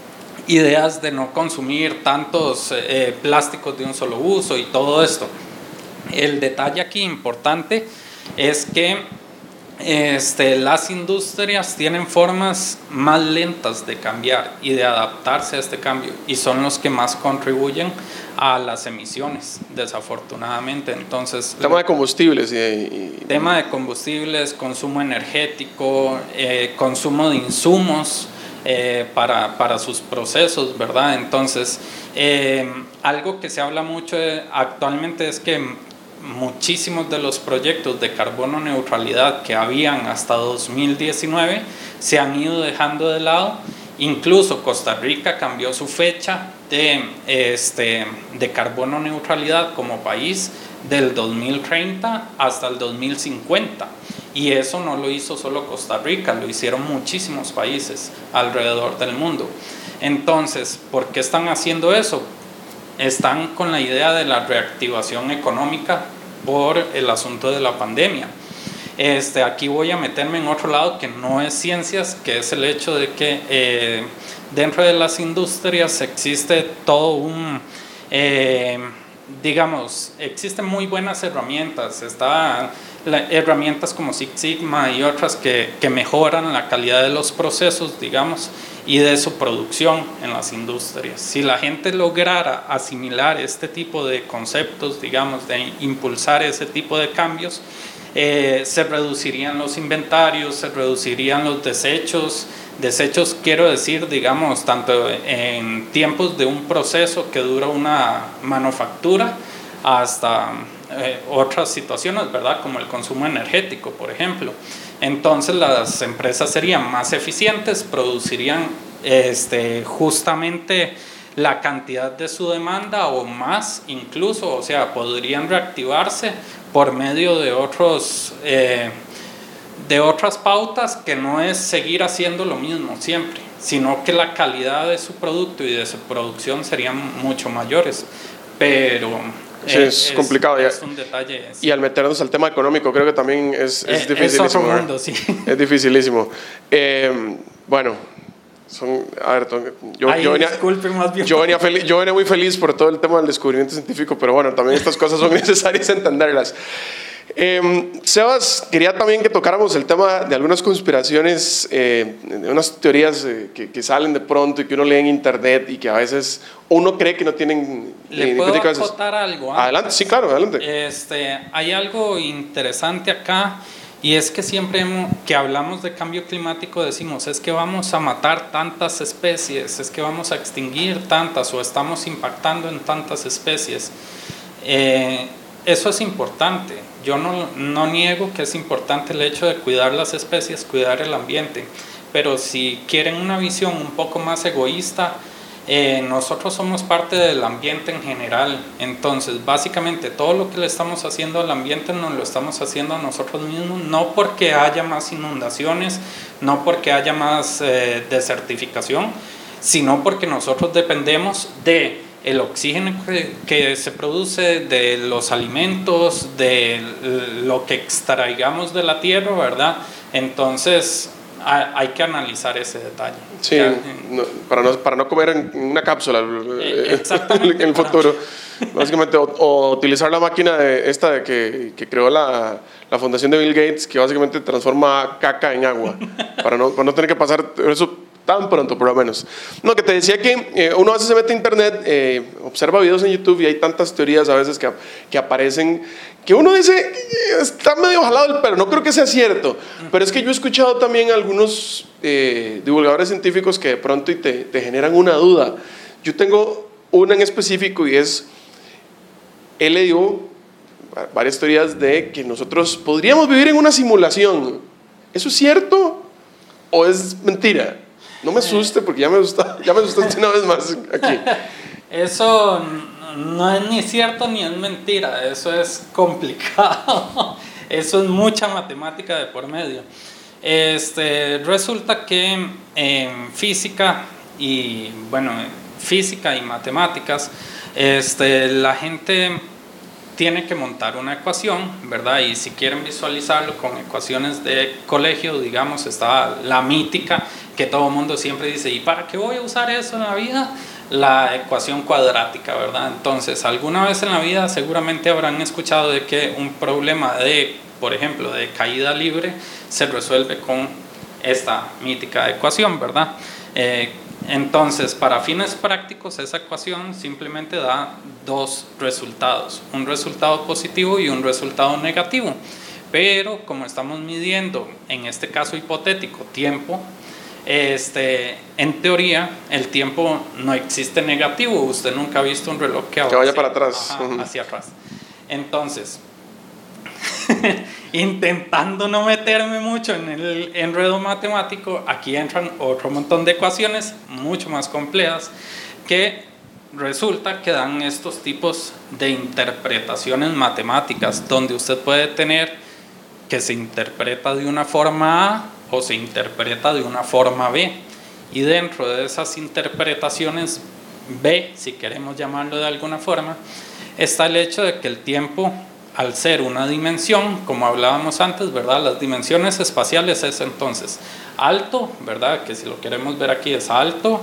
ideas de no consumir tantos eh, plásticos de un solo uso y todo esto. El detalle aquí importante es que Este, las industrias tienen formas más lentas de cambiar y de adaptarse a este cambio y son los que más contribuyen a las emisiones, desafortunadamente. Entonces,
tema de combustibles y, y...
tema de combustibles, consumo energético, eh, consumo de insumos eh, para, para sus procesos, ¿verdad? Entonces, eh, algo que se habla mucho de, actualmente es que muchísimos de los proyectos de carbono neutralidad que habían hasta dos mil diecinueve se han ido dejando de lado. Incluso Costa Rica cambió su fecha de, este, de carbono neutralidad como país del dos mil treinta hasta el dos mil cincuenta. Y eso no lo hizo solo Costa Rica, lo hicieron muchísimos países alrededor del mundo. Entonces, ¿por qué están haciendo eso? Están con la idea de la reactivación económica por el asunto de la pandemia. Este, aquí voy a meterme en otro lado que no es ciencias, que es el hecho de que eh, dentro de las industrias existe todo un, eh, digamos, existen muy buenas herramientas, están herramientas como Six Sigma y otras que, que mejoran la calidad de los procesos, digamos, y de su producción en las industrias. Si la gente lograra asimilar este tipo de conceptos, digamos, de impulsar ese tipo de cambios, eh, se reducirían los inventarios, se reducirían los desechos. Desechos quiero decir, digamos, tanto en tiempos de un proceso que dura una manufactura hasta eh, otras situaciones, ¿verdad? Como el consumo energético, por ejemplo. Entonces las empresas serían más eficientes, producirían este, justamente la cantidad de su demanda o más incluso, o sea, podrían reactivarse por medio de, otros, eh, de otras pautas que no es seguir haciendo lo mismo siempre, sino que la calidad de su producto y de su producción serían mucho mayores, pero...
Sí, es, es complicado.
Es, es un detalle. Sí.
Y al meternos al tema económico, creo que también es, es, es dificilísimo.
Es otro mundo, sí.
Es dificilísimo. Eh, bueno, son, a ver, yo,
Ay,
yo, venía,
más bien.
yo, venía feliz, yo venía muy feliz por todo el tema del descubrimiento científico, pero bueno, también estas cosas son necesarias entenderlas. Eh, Sebas, quería también que tocáramos el tema de algunas conspiraciones, eh, de unas teorías eh, que, que salen de pronto y que uno lee en internet y que a veces uno cree que no tienen...
¿Le
eh,
puedo acotar algo? Antes?
Adelante, sí, claro, adelante.
Este, hay algo interesante acá y es que siempre hemos, que hablamos de cambio climático decimos es que vamos a matar tantas especies, es que vamos a extinguir tantas o estamos impactando en tantas especies. Eh, eso es importante. Yo no, no niego que es importante el hecho de cuidar las especies, cuidar el ambiente, pero si quieren una visión un poco más egoísta, eh, nosotros somos parte del ambiente en general, entonces básicamente todo lo que le estamos haciendo al ambiente nos lo estamos haciendo a nosotros mismos, no porque haya más inundaciones, no porque haya más eh, desertificación, sino porque nosotros dependemos de el oxígeno que, que se produce de los alimentos, de lo que extraigamos de la tierra, ¿verdad? Entonces hay que analizar ese detalle.
Sí,
ya,
no, para, no, para no comer en una cápsula
eh,
en el futuro. Básicamente, o, o utilizar la máquina de, esta de que, que creó la, la fundación de Bill Gates, que básicamente transforma caca en agua, para no, para no tener que pasar eso tan pronto, por lo menos. No, que te decía que eh, uno a veces se mete a internet, eh, observa videos en YouTube y hay tantas teorías a veces que, que aparecen, que uno dice, eh, está medio jalado el pelo, no creo que sea cierto, pero es que yo he escuchado también a algunos eh, divulgadores científicos que de pronto y te, te generan una duda. Yo tengo una en específico y es, él le dio varias teorías de que nosotros podríamos vivir en una simulación. ¿Eso es cierto o es mentira? No me asuste porque ya me asusta, ya me asustaste una vez más aquí.
Eso no es ni cierto ni es mentira, eso es complicado. Eso es mucha matemática de por medio. Este, resulta que en física y bueno, física y matemáticas, este, la gente tiene que montar una ecuación, ¿verdad? Y si quieren visualizarlo con ecuaciones de colegio, digamos, está la mítica que todo el mundo siempre dice, ¿y para qué voy a usar eso en la vida? La ecuación cuadrática, ¿verdad? Entonces, alguna vez en la vida seguramente habrán escuchado de que un problema de, por ejemplo, de caída libre se resuelve con esta mítica ecuación, ¿verdad? Eh, Entonces, para fines prácticos, esa ecuación simplemente da dos resultados, un resultado positivo y un resultado negativo. Pero como estamos midiendo, en este caso hipotético, tiempo, este, en teoría, el tiempo no existe negativo. Usted nunca ha visto un reloj que,
que vaya para atrás.
Ajá, hacia atrás. Entonces, intentando no meterme mucho en el enredo matemático, aquí entran otro montón de ecuaciones mucho más complejas que resulta que dan estos tipos de interpretaciones matemáticas, donde usted puede tener que se interpreta de una forma A o se interpreta de una forma B, y dentro de esas interpretaciones B, si queremos llamarlo de alguna forma, está el hecho de que el tiempo, al ser una dimensión, como hablábamos antes, ¿verdad? Las dimensiones espaciales es entonces alto, ¿verdad? Que si lo queremos ver aquí es alto,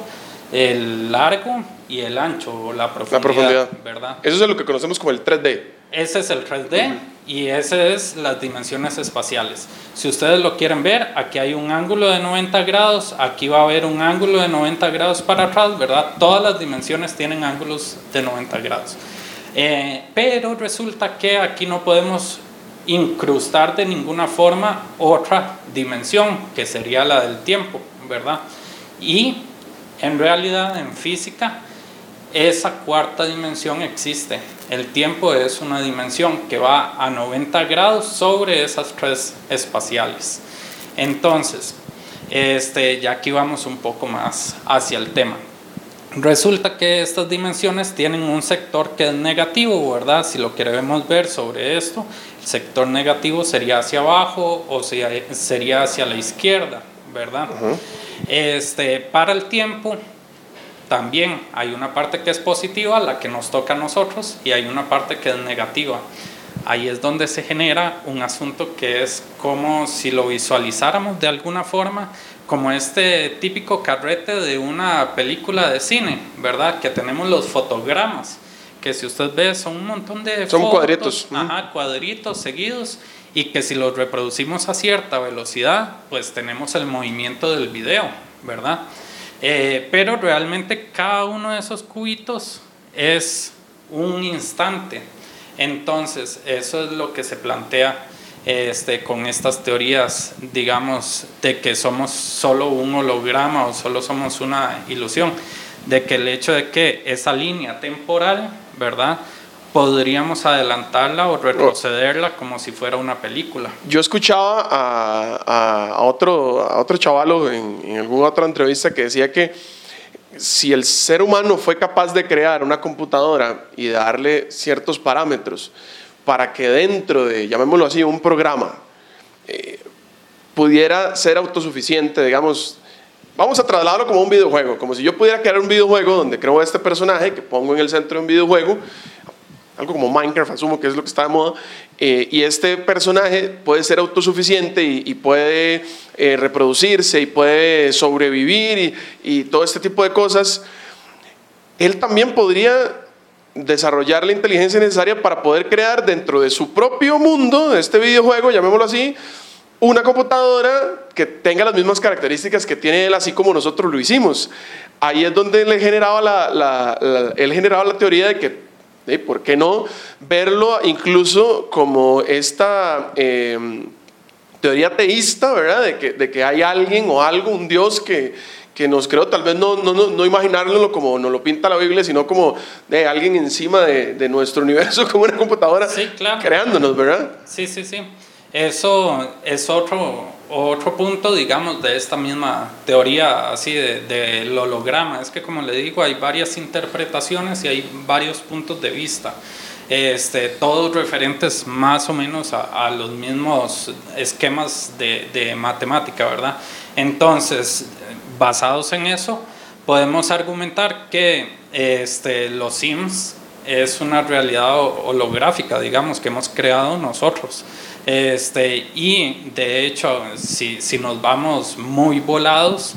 el largo y el ancho o la profundidad,
la profundidad,
¿verdad?
Eso es lo que conocemos como el tres D.
Ese es el tres D, uh-huh. Y ese es las dimensiones espaciales. Si ustedes lo quieren ver, aquí hay un ángulo de noventa grados, aquí va a haber un ángulo de noventa grados para atrás, ¿verdad? Todas las dimensiones tienen ángulos de noventa grados. Eh, pero resulta que aquí no podemos incrustar de ninguna forma otra dimensión, que sería la del tiempo, ¿verdad? Y en realidad, en física, esa cuarta dimensión existe. El tiempo es una dimensión que va a noventa grados sobre esas tres espaciales. Entonces, este, ya aquí vamos un poco más hacia el tema. Resulta que estas dimensiones tienen un sector que es negativo, ¿verdad? Si lo queremos ver sobre esto, el sector negativo sería hacia abajo o sea, sería hacia la izquierda, ¿verdad? Uh-huh. Este, para el tiempo también hay una parte que es positiva, la que nos toca a nosotros, y hay una parte que es negativa. Ahí es donde se genera un asunto que es como si lo visualizáramos de alguna forma, como este típico carrete de una película de cine, ¿verdad? Que tenemos los fotogramas, que si usted ve son un montón de
son
fotos,
cuadritos.
Ajá, cuadritos seguidos, y que si los reproducimos a cierta velocidad, pues tenemos el movimiento del video, ¿verdad? Eh, pero realmente cada uno de esos cubitos es un instante. Entonces, eso es lo que se plantea este, con estas teorías, digamos, de que somos solo un holograma o solo somos una ilusión, de que el hecho de que esa línea temporal, ¿verdad?, podríamos adelantarla o retrocederla como si fuera una película.
Yo escuchaba a, a, a, otro, a otro chavalo en, en alguna otra entrevista que decía que si el ser humano fue capaz de crear una computadora y darle ciertos parámetros para que dentro de, llamémoslo así, un programa eh, pudiera ser autosuficiente, digamos, vamos a trasladarlo como un videojuego, como si yo pudiera crear un videojuego donde creo este personaje que pongo en el centro de un videojuego, algo como Minecraft, asumo que es lo que está de moda, eh, y este personaje puede ser autosuficiente y, y puede eh, reproducirse y puede sobrevivir y, y todo este tipo de cosas. Él también podría desarrollar la inteligencia necesaria para poder crear dentro de su propio mundo, de este videojuego, llamémoslo así, una computadora que tenga las mismas características que tiene él, así como nosotros lo hicimos. Ahí es donde él generaba la, la, la, él generaba la teoría de que, ¿eh? ¿por qué no verlo incluso como esta eh, teoría teísta, ¿verdad? De que, de que hay alguien o algo, un Dios que, que nos creó, tal vez no, no, no, no imaginárnoslo como nos lo pinta la Biblia, sino como de alguien encima de, de nuestro universo, como una computadora, sí, claro, creándonos, ¿verdad?
Sí, sí, sí. Eso es otro, otro punto, digamos, de esta misma teoría así de, del holograma. Es que, como le digo, hay varias interpretaciones y hay varios puntos de vista, este, todos referentes más o menos a, a los mismos esquemas de, de matemática, ¿verdad? Entonces, basados en eso, podemos argumentar que este, los Sims es una realidad holográfica, digamos, que hemos creado nosotros. Este, y de hecho, si, si nos vamos muy volados,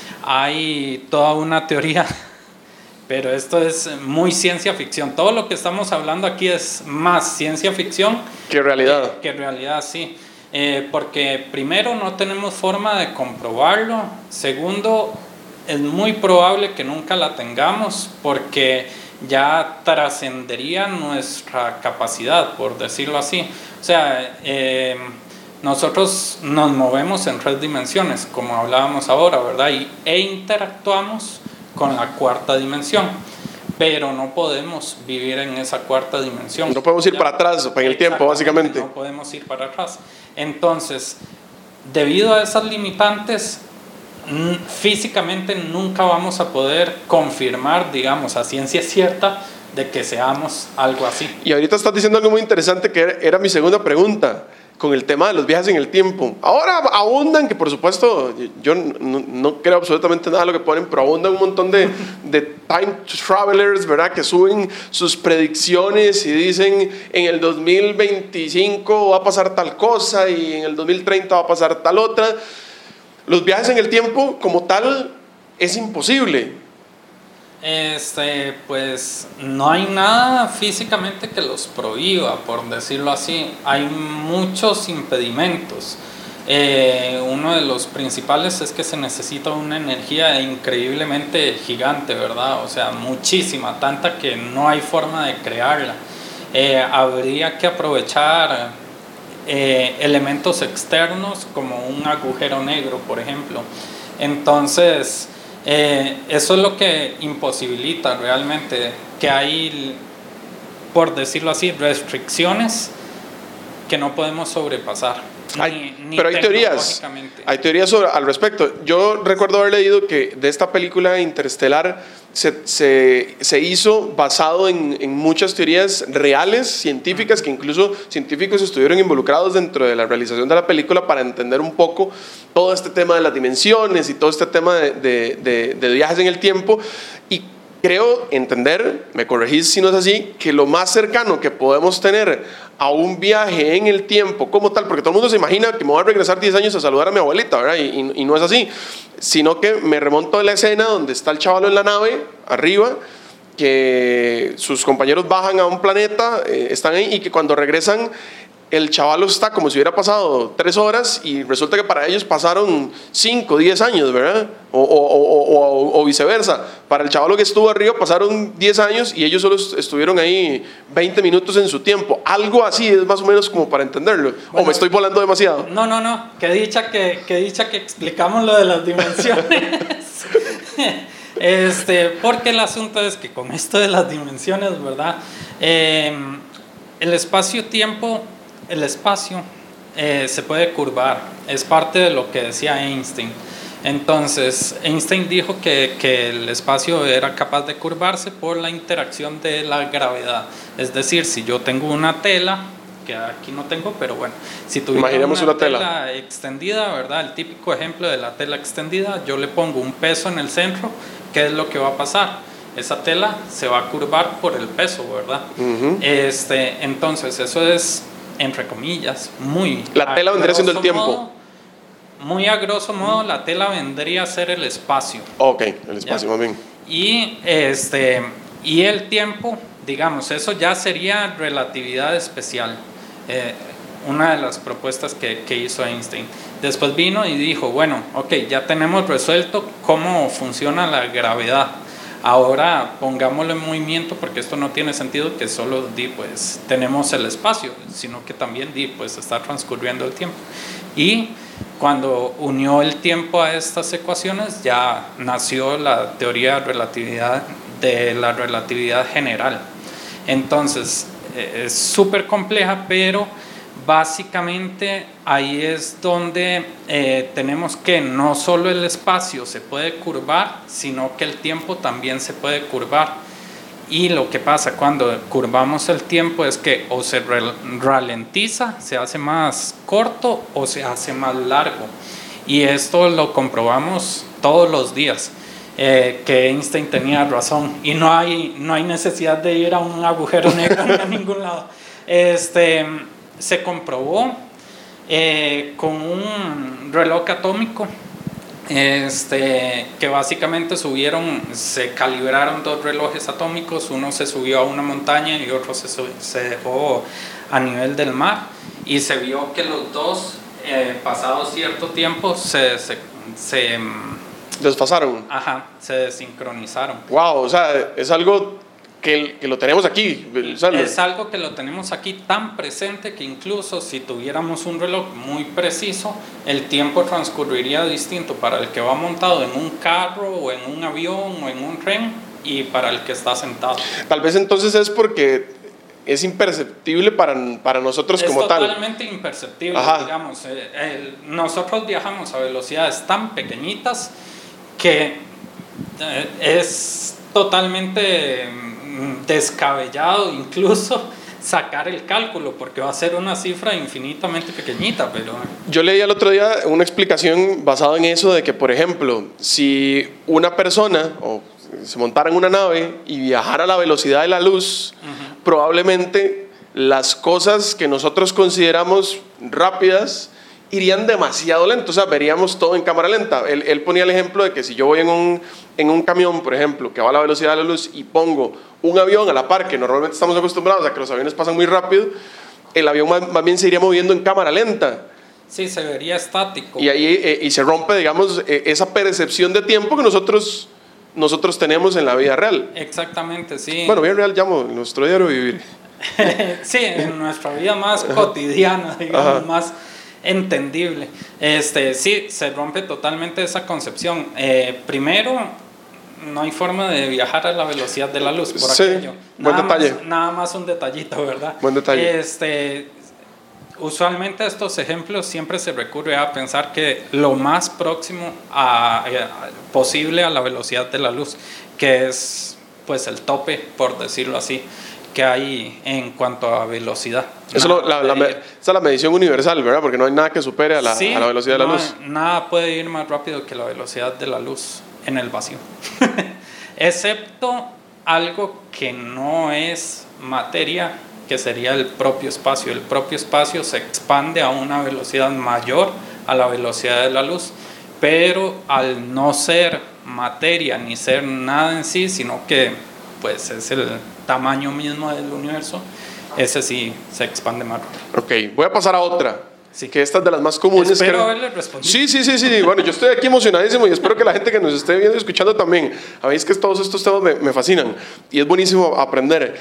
hay toda una teoría, pero esto es muy ciencia ficción. Todo lo que estamos hablando aquí es más ciencia ficción
que realidad.
Que, que realidad, sí. Eh, porque primero no tenemos forma de comprobarlo. Segundo, es muy probable que nunca la tengamos porque ya trascendería nuestra capacidad, por decirlo así. O sea, eh, nosotros nos movemos en tres dimensiones, como hablábamos ahora, ¿verdad? Y, e interactuamos con la cuarta dimensión, pero no podemos vivir en esa cuarta dimensión.
No podemos ir ya para atrás, en el tiempo, básicamente.
No podemos ir para atrás. Entonces, debido a esas limitantes, físicamente nunca vamos a poder confirmar, digamos, a ciencia cierta de que seamos algo así.
Y ahorita estás diciendo algo muy interesante que era, era mi segunda pregunta con el tema de los viajes en el tiempo. Ahora abundan, que por supuesto yo no, no creo absolutamente nada de lo que ponen, pero abundan un montón de, de time travelers, ¿verdad? Que suben sus predicciones y dicen en el dos mil veinticinco va a pasar tal cosa y en el dos mil treinta va a pasar tal otra. Los viajes en el tiempo como tal es imposible.
Este, pues no hay nada físicamente que los prohíba, por decirlo así. Hay muchos impedimentos. Eh, uno de los principales es que se necesita una energía increíblemente gigante, ¿verdad? O sea, muchísima, tanta que no hay forma de crearla. Eh, habría que aprovechar eh, elementos externos como un agujero negro, por ejemplo. Entonces, Eh, eso es lo que imposibilita realmente que hay, por decirlo así, restricciones que no podemos sobrepasar.
Hay, ni, ni pero hay teorías, hay teorías sobre, al respecto. Yo recuerdo haber leído que de esta película Interestelar se, se, se hizo basado en, en muchas teorías reales, científicas, que incluso científicos estuvieron involucrados dentro de la realización de la película para entender un poco todo este tema de las dimensiones y todo este tema de, de, de, de viajes en el tiempo. Y creo entender, me corregís si no es así, que lo más cercano que podemos tener a un viaje en el tiempo como tal, porque todo el mundo se imagina que me voy a regresar diez años a saludar a mi abuelita, ¿verdad? Y, y, y no es así, sino que me remonto a la escena donde está el chavalo en la nave, arriba, que sus compañeros bajan a un planeta, eh, están ahí, y que cuando regresan el chavalo está como si hubiera pasado tres horas y resulta que para ellos pasaron cinco, diez años, ¿verdad? O, o, o, o, o viceversa. Para el chavalo que estuvo arriba pasaron diez años y ellos solo estuvieron ahí veinte minutos en su tiempo. Algo así es más o menos como para entenderlo. Bueno, o me estoy volando demasiado.
No, no, no. Qué dicha que, qué dicha que explicamos lo de las dimensiones. este, porque el asunto es que con esto de las dimensiones, ¿verdad? Eh, el espacio-tiempo... El espacio eh, se puede curvar, es parte de lo que decía Einstein. Entonces, Einstein dijo que, que el espacio era capaz de curvarse por la interacción de la gravedad. Es decir, si yo tengo una tela que aquí no tengo, pero bueno, si tuviera
Imaginemos
una,
una tela.
tela extendida, ¿verdad? El típico ejemplo de la tela extendida, yo le pongo un peso en el centro, ¿qué es lo que va a pasar? Esa tela se va a curvar por el peso, ¿verdad? Uh-huh. Este, entonces, eso es, entre comillas, muy...
La tela vendría siendo el tiempo.
Modo, muy a grosso modo, la tela vendría a ser el espacio.
Ok, el espacio, más bien.
Y, este, y el tiempo, digamos, eso ya sería relatividad especial. Eh, una de las propuestas que, que hizo Einstein. Después vino y dijo, bueno, ok, ya tenemos resuelto cómo funciona la gravedad. Ahora pongámoslo en movimiento, porque esto no tiene sentido que solo di, pues, tenemos el espacio, sino que también di, pues, está transcurriendo el tiempo. Y cuando unió el tiempo a estas ecuaciones, ya nació la teoría de relatividad, de la relatividad general. Entonces, es súper compleja, pero básicamente ahí es donde eh, tenemos que no solo el espacio se puede curvar, sino que el tiempo también se puede curvar. Y lo que pasa cuando curvamos el tiempo es que o se ralentiza, se hace más corto o se hace más largo. Y esto lo comprobamos todos los días, eh, que Einstein tenía razón. Y no hay, no hay necesidad de ir a un agujero negro a ningún lado. Este... Se comprobó eh, con un reloj atómico este, que básicamente subieron, se calibraron dos relojes atómicos, uno se subió a una montaña y otro se, se dejó a nivel del mar, y se vio que los dos, eh, pasado cierto tiempo, se, se, se
desfasaron.
Ajá, se desincronizaron.
Wow, o sea, es algo Que, que lo tenemos aquí. ¿Sabes?
Es algo que lo tenemos aquí tan presente que incluso si tuviéramos un reloj muy preciso, el tiempo transcurriría distinto para el que va montado en un carro o en un avión o en un tren y para el que está sentado.
Tal vez entonces es porque es imperceptible para, para nosotros
es
como tal.
Es totalmente imperceptible,
Ajá.
digamos. Eh, el, nosotros viajamos a velocidades tan pequeñitas que eh, es totalmente descabellado incluso sacar el cálculo, porque va a ser una cifra infinitamente pequeñita. Pero
yo leí el otro día una explicación basada en eso, de que, por ejemplo, si una persona o se montara en una nave y viajara a la velocidad de la luz, uh-huh, probablemente las cosas que nosotros consideramos rápidas irían demasiado lento, o sea, veríamos todo en cámara lenta. Él, él ponía el ejemplo de que si yo voy en un, en un camión, por ejemplo, que va a la velocidad de la luz, y pongo un avión a la par, que normalmente estamos acostumbrados a que los aviones pasan muy rápido, el avión más, más bien se iría moviendo en cámara lenta.
Sí, se vería estático.
Y ahí eh, y se rompe, digamos, eh, esa percepción de tiempo que nosotros, nosotros tenemos en la vida real.
Exactamente, sí.
Bueno, vida real llamo, en nuestro diario vivir.
Sí, en nuestra vida más cotidiana, digamos, Ajá. más entendible. Este, sí, se rompe totalmente esa concepción. Eh, primero, no hay forma de viajar a la velocidad de la luz por
sí,
aquello.
Buen
nada
detalle.
Más, nada más un detallito, ¿verdad?
Buen detalle.
Este, usualmente a estos ejemplos siempre se recurre a pensar que lo más próximo a, a, posible a la velocidad de la luz, que es pues el tope, por decirlo así, que hay en cuanto a velocidad.
Eso lo, la, la, esa es la medición universal, ¿verdad? Porque no hay nada que supere a la,
sí,
a la velocidad de la
no,
luz.
Nada puede ir más rápido que la velocidad de la luz en el vacío. Excepto algo que no es materia, que sería el propio espacio. El propio espacio se expande a una velocidad mayor a la velocidad de la luz, pero al no ser materia ni ser nada en sí, sino que pues es el tamaño mismo del universo, ese sí se expande más rápido.
Ok, voy a pasar a otra, sí, que esta es de las más comunes.
Espero
que...
haberle respondido.
Sí, sí, sí, sí, bueno, yo estoy aquí emocionadísimo y espero que la gente que nos esté viendo y escuchando también. A mí es que todos estos temas me, me fascinan y es buenísimo aprender.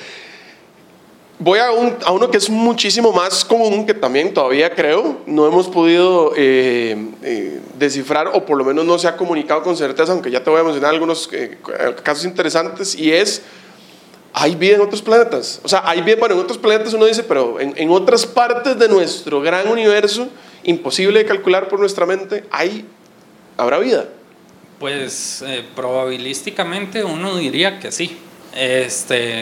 Voy a, un, a uno que es muchísimo más común, que también todavía creo no hemos podido eh, eh, descifrar, o por lo menos no se ha comunicado con certeza, aunque ya te voy a mencionar algunos eh, casos interesantes, y es: ¿hay vida en otros planetas? O sea, hay vida, bueno, en otros planetas uno dice, pero en, en otras partes de nuestro gran universo, imposible de calcular por nuestra mente, ¿hay, ¿habrá vida?
Pues eh, probabilísticamente uno diría que sí. Este,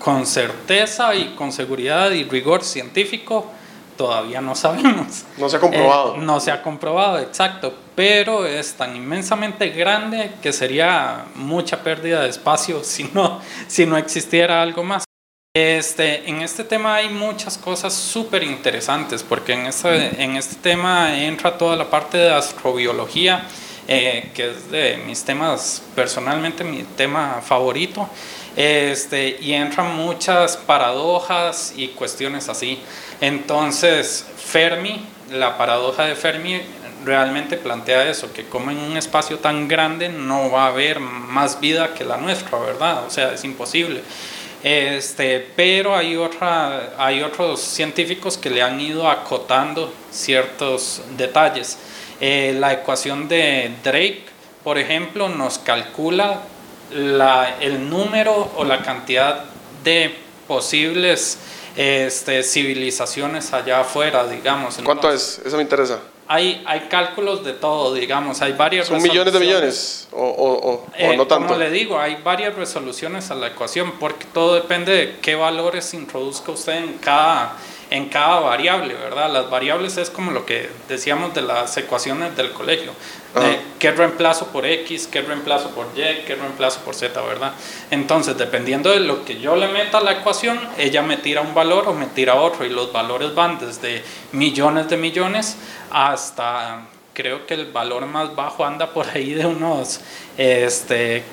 con certeza y con seguridad y rigor científico todavía no sabemos.
No se ha comprobado.
Eh, no se ha comprobado, exacto, pero es tan inmensamente grande que sería mucha pérdida de espacio si no, si no existiera algo más. Este, en este tema hay muchas cosas súper interesantes, porque en este, en este tema entra toda la parte de astrobiología, eh, que es de mis temas, personalmente mi tema favorito, este, y entran muchas paradojas y cuestiones así. Entonces, Fermi, la paradoja de Fermi realmente plantea eso, que como en un espacio tan grande no va a haber más vida que la nuestra, ¿verdad? O sea, es imposible. Este, pero hay, otra, hay otros científicos que le han ido acotando ciertos detalles. Eh, la ecuación de Drake, por ejemplo, nos calcula la, el número o la cantidad de posibles este, civilizaciones allá afuera, digamos.
¿Cuánto
Entonces,
es? Eso me interesa.
Hay, hay cálculos de todo, digamos, hay varias
¿Son millones de millones o, o, o,
eh,
o no tanto?
Como le digo, hay varias resoluciones a la ecuación porque todo depende de qué valores introduzca usted en cada, en cada variable, ¿verdad? Las variables es como lo que decíamos de las ecuaciones del colegio, de qué reemplazo por X, qué reemplazo por Y, qué reemplazo por Z, ¿verdad? Entonces, dependiendo de lo que yo le meta a la ecuación, ella me tira un valor o me tira otro, y los valores van desde millones de millones hasta, creo que el valor más bajo anda por ahí de unos, este,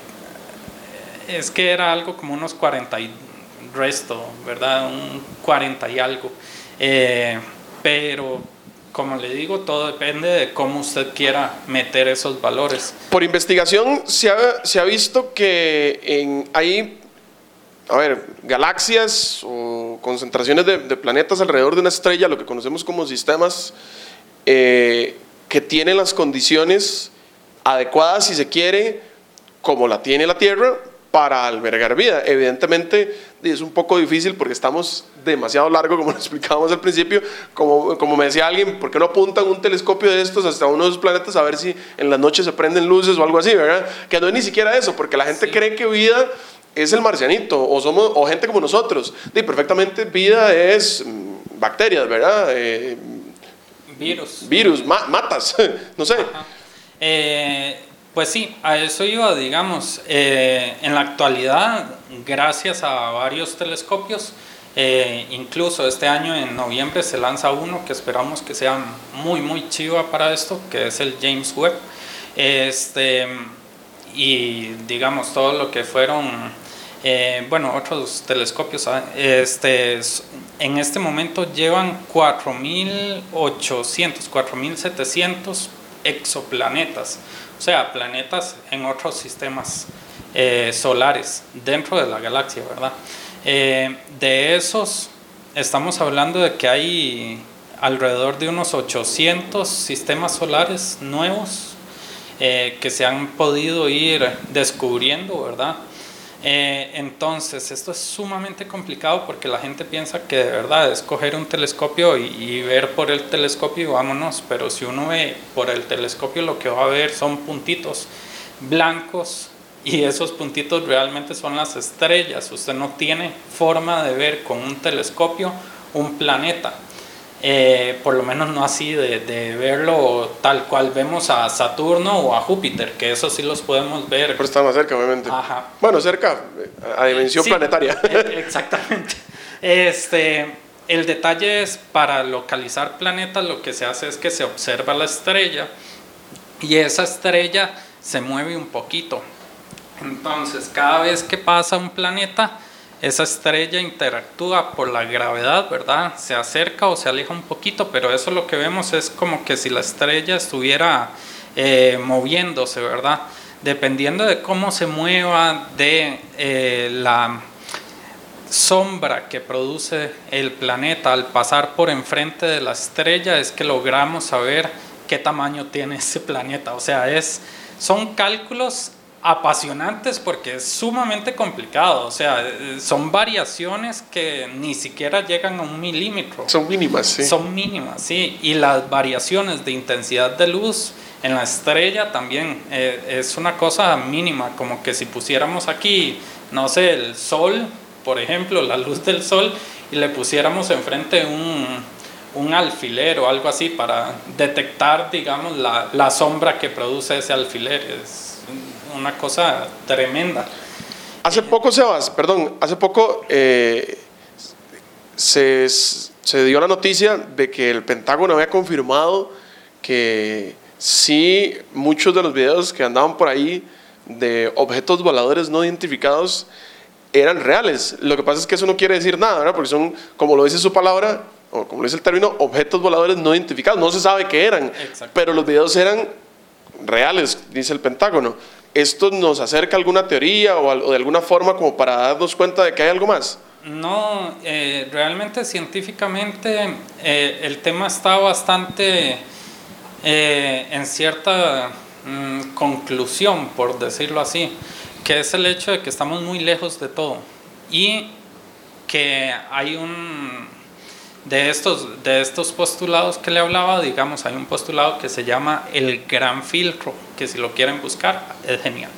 es que era algo como unos cuarenta y resto, ¿verdad? Un cuarenta y algo, eh, pero como le digo, todo depende de cómo usted quiera meter esos valores.
Por investigación se ha, se ha visto que en, hay, a ver, galaxias o concentraciones de, de planetas alrededor de una estrella, lo que conocemos como sistemas, eh, que tienen las condiciones adecuadas, si se quiere, como la tiene la Tierra, para albergar vida. Evidentemente es un poco difícil porque estamos demasiado largo, como lo explicábamos al principio. Como, como me decía alguien, ¿por qué no apuntan un telescopio de estos hasta uno de esos planetas a ver si en la noche se prenden luces o algo así, ¿verdad? Que no es ni siquiera eso, porque la gente sí cree que vida es el marcianito o, somos, o gente como nosotros. Y perfectamente vida es bacterias, ¿verdad? Eh,
virus.
Virus, ma matas, no sé.
Eh, pues sí, a eso iba, digamos. Eh, en la actualidad, gracias a varios telescopios, eh, incluso este año en noviembre se lanza uno que esperamos que sea muy, muy chiva para esto, que es el James Webb. Este, y digamos, todo lo que fueron, eh, bueno, otros telescopios, este, en este momento llevan cuatro mil ochocientos, cuatro mil setecientos exoplanetas, o sea, planetas en otros sistemas eh, solares dentro de la galaxia, ¿verdad? Eh, de esos estamos hablando de que hay alrededor de unos ochocientos sistemas solares nuevos eh, que se han podido ir descubriendo, ¿verdad? Eh, entonces, esto es sumamente complicado porque la gente piensa que de verdad es coger un telescopio y, y ver por el telescopio y vámonos, pero si uno ve por el telescopio lo que va a ver son puntitos blancos y esos puntitos realmente son las estrellas. Usted no tiene forma de ver con un telescopio un planeta. Eh, por lo menos no así de, de verlo tal cual vemos a Saturno o a Júpiter, que eso sí los podemos ver.
Pero está más cerca, obviamente.
Ajá.
Bueno, cerca, a dimensión sí, planetaria.
Exactamente. Este, el detalle es, para localizar planetas, lo que se hace es que se observa la estrella y esa estrella se mueve un poquito. Entonces, cada vez que pasa un planeta, esa estrella interactúa por la gravedad, ¿verdad? Se acerca o se aleja un poquito, pero eso lo que vemos es como que si la estrella estuviera eh, moviéndose, ¿verdad? Dependiendo de cómo se mueva, de eh, la sombra que produce el planeta al pasar por enfrente de la estrella, es que logramos saber qué tamaño tiene ese planeta. O sea, es, son cálculos apasionantes porque es sumamente complicado, o sea, son variaciones que ni siquiera llegan a un milímetro.
Son mínimas, sí.
Son mínimas, sí, y las variaciones de intensidad de luz en la estrella también eh, es una cosa mínima, como que si pusiéramos aquí, no sé, el sol por ejemplo, la luz del sol y le pusiéramos enfrente un, un alfiler o algo así para detectar, digamos, la, la sombra que produce ese alfiler. Es una cosa tremenda.
Hace poco, Sebas, perdón, hace poco eh, se, se dio la noticia de que el Pentágono había confirmado que sí, muchos de los videos que andaban por ahí de objetos voladores no identificados eran reales. Lo que pasa es que eso no quiere decir nada, ¿verdad? Porque son, como lo dice su palabra, o como lo dice el término, objetos voladores no identificados. No se sabe qué eran. Exacto. Pero los videos eran reales, dice el Pentágono. ¿Esto nos acerca a alguna teoría o, o de alguna forma como para darnos cuenta de que hay algo más?
No, eh, realmente científicamente eh, el tema está bastante eh, en cierta mm, conclusión, por decirlo así, que es el hecho de que estamos muy lejos de todo y que hay un de estos, de estos postulados que le hablaba, digamos, hay un postulado que se llama el gran filtro, que si lo quieren buscar es genial.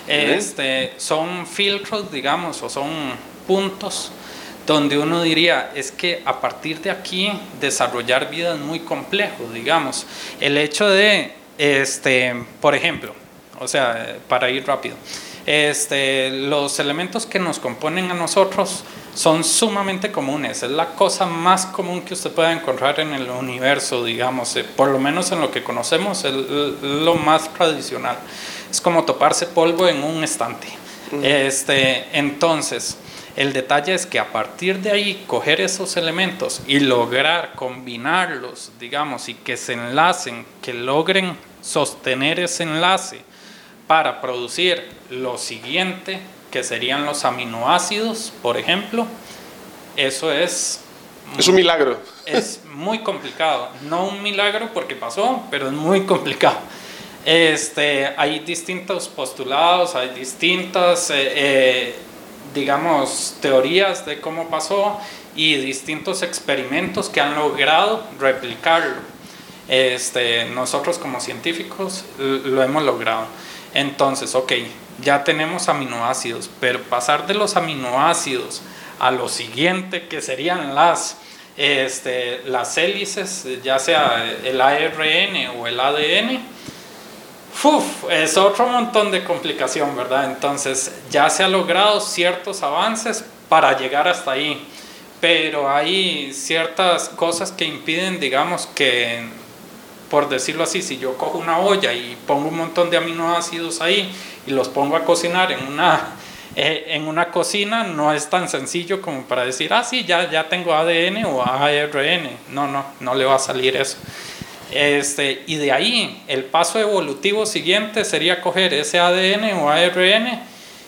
Este, son filtros, digamos, o son puntos donde uno diría, es que a partir de aquí desarrollar vida es muy complejo, digamos. El hecho de, este, por ejemplo, o sea, para ir rápido, este, los elementos que nos componen a nosotros son sumamente comunes, es la cosa más común que usted pueda encontrar en el universo, digamos, por lo menos en lo que conocemos, es lo más tradicional. Es como toparse polvo en un estante. Uh-huh. Este, entonces, el detalle es que a partir de ahí, coger esos elementos y lograr combinarlos, digamos, y que se enlacen, que logren sostener ese enlace para producir lo siguiente, que serían los aminoácidos, por ejemplo, eso es...
Es un milagro.
Es muy complicado. No un milagro porque pasó, pero es muy complicado. Este, hay distintos postulados, hay distintas, eh, eh, digamos, teorías de cómo pasó y distintos experimentos que han logrado replicarlo. Este, nosotros como científicos lo hemos logrado. Entonces, ok, ya tenemos aminoácidos, pero pasar de los aminoácidos a lo siguiente, que serían las, este, las hélices, ya sea el A R N o el A D N, uf, es otro montón de complicación, ¿verdad? Entonces, ya se han logrado ciertos avances para llegar hasta ahí, pero hay ciertas cosas que impiden, digamos, que, por decirlo así, si yo cojo una olla y pongo un montón de aminoácidos ahí y los pongo a cocinar en una, eh, en una cocina, no es tan sencillo como para decir, ah, sí, ya, ya tengo A D N o A R N. No, no, no le va a salir eso. Este, y de ahí, el paso evolutivo siguiente sería coger ese A D N o A R N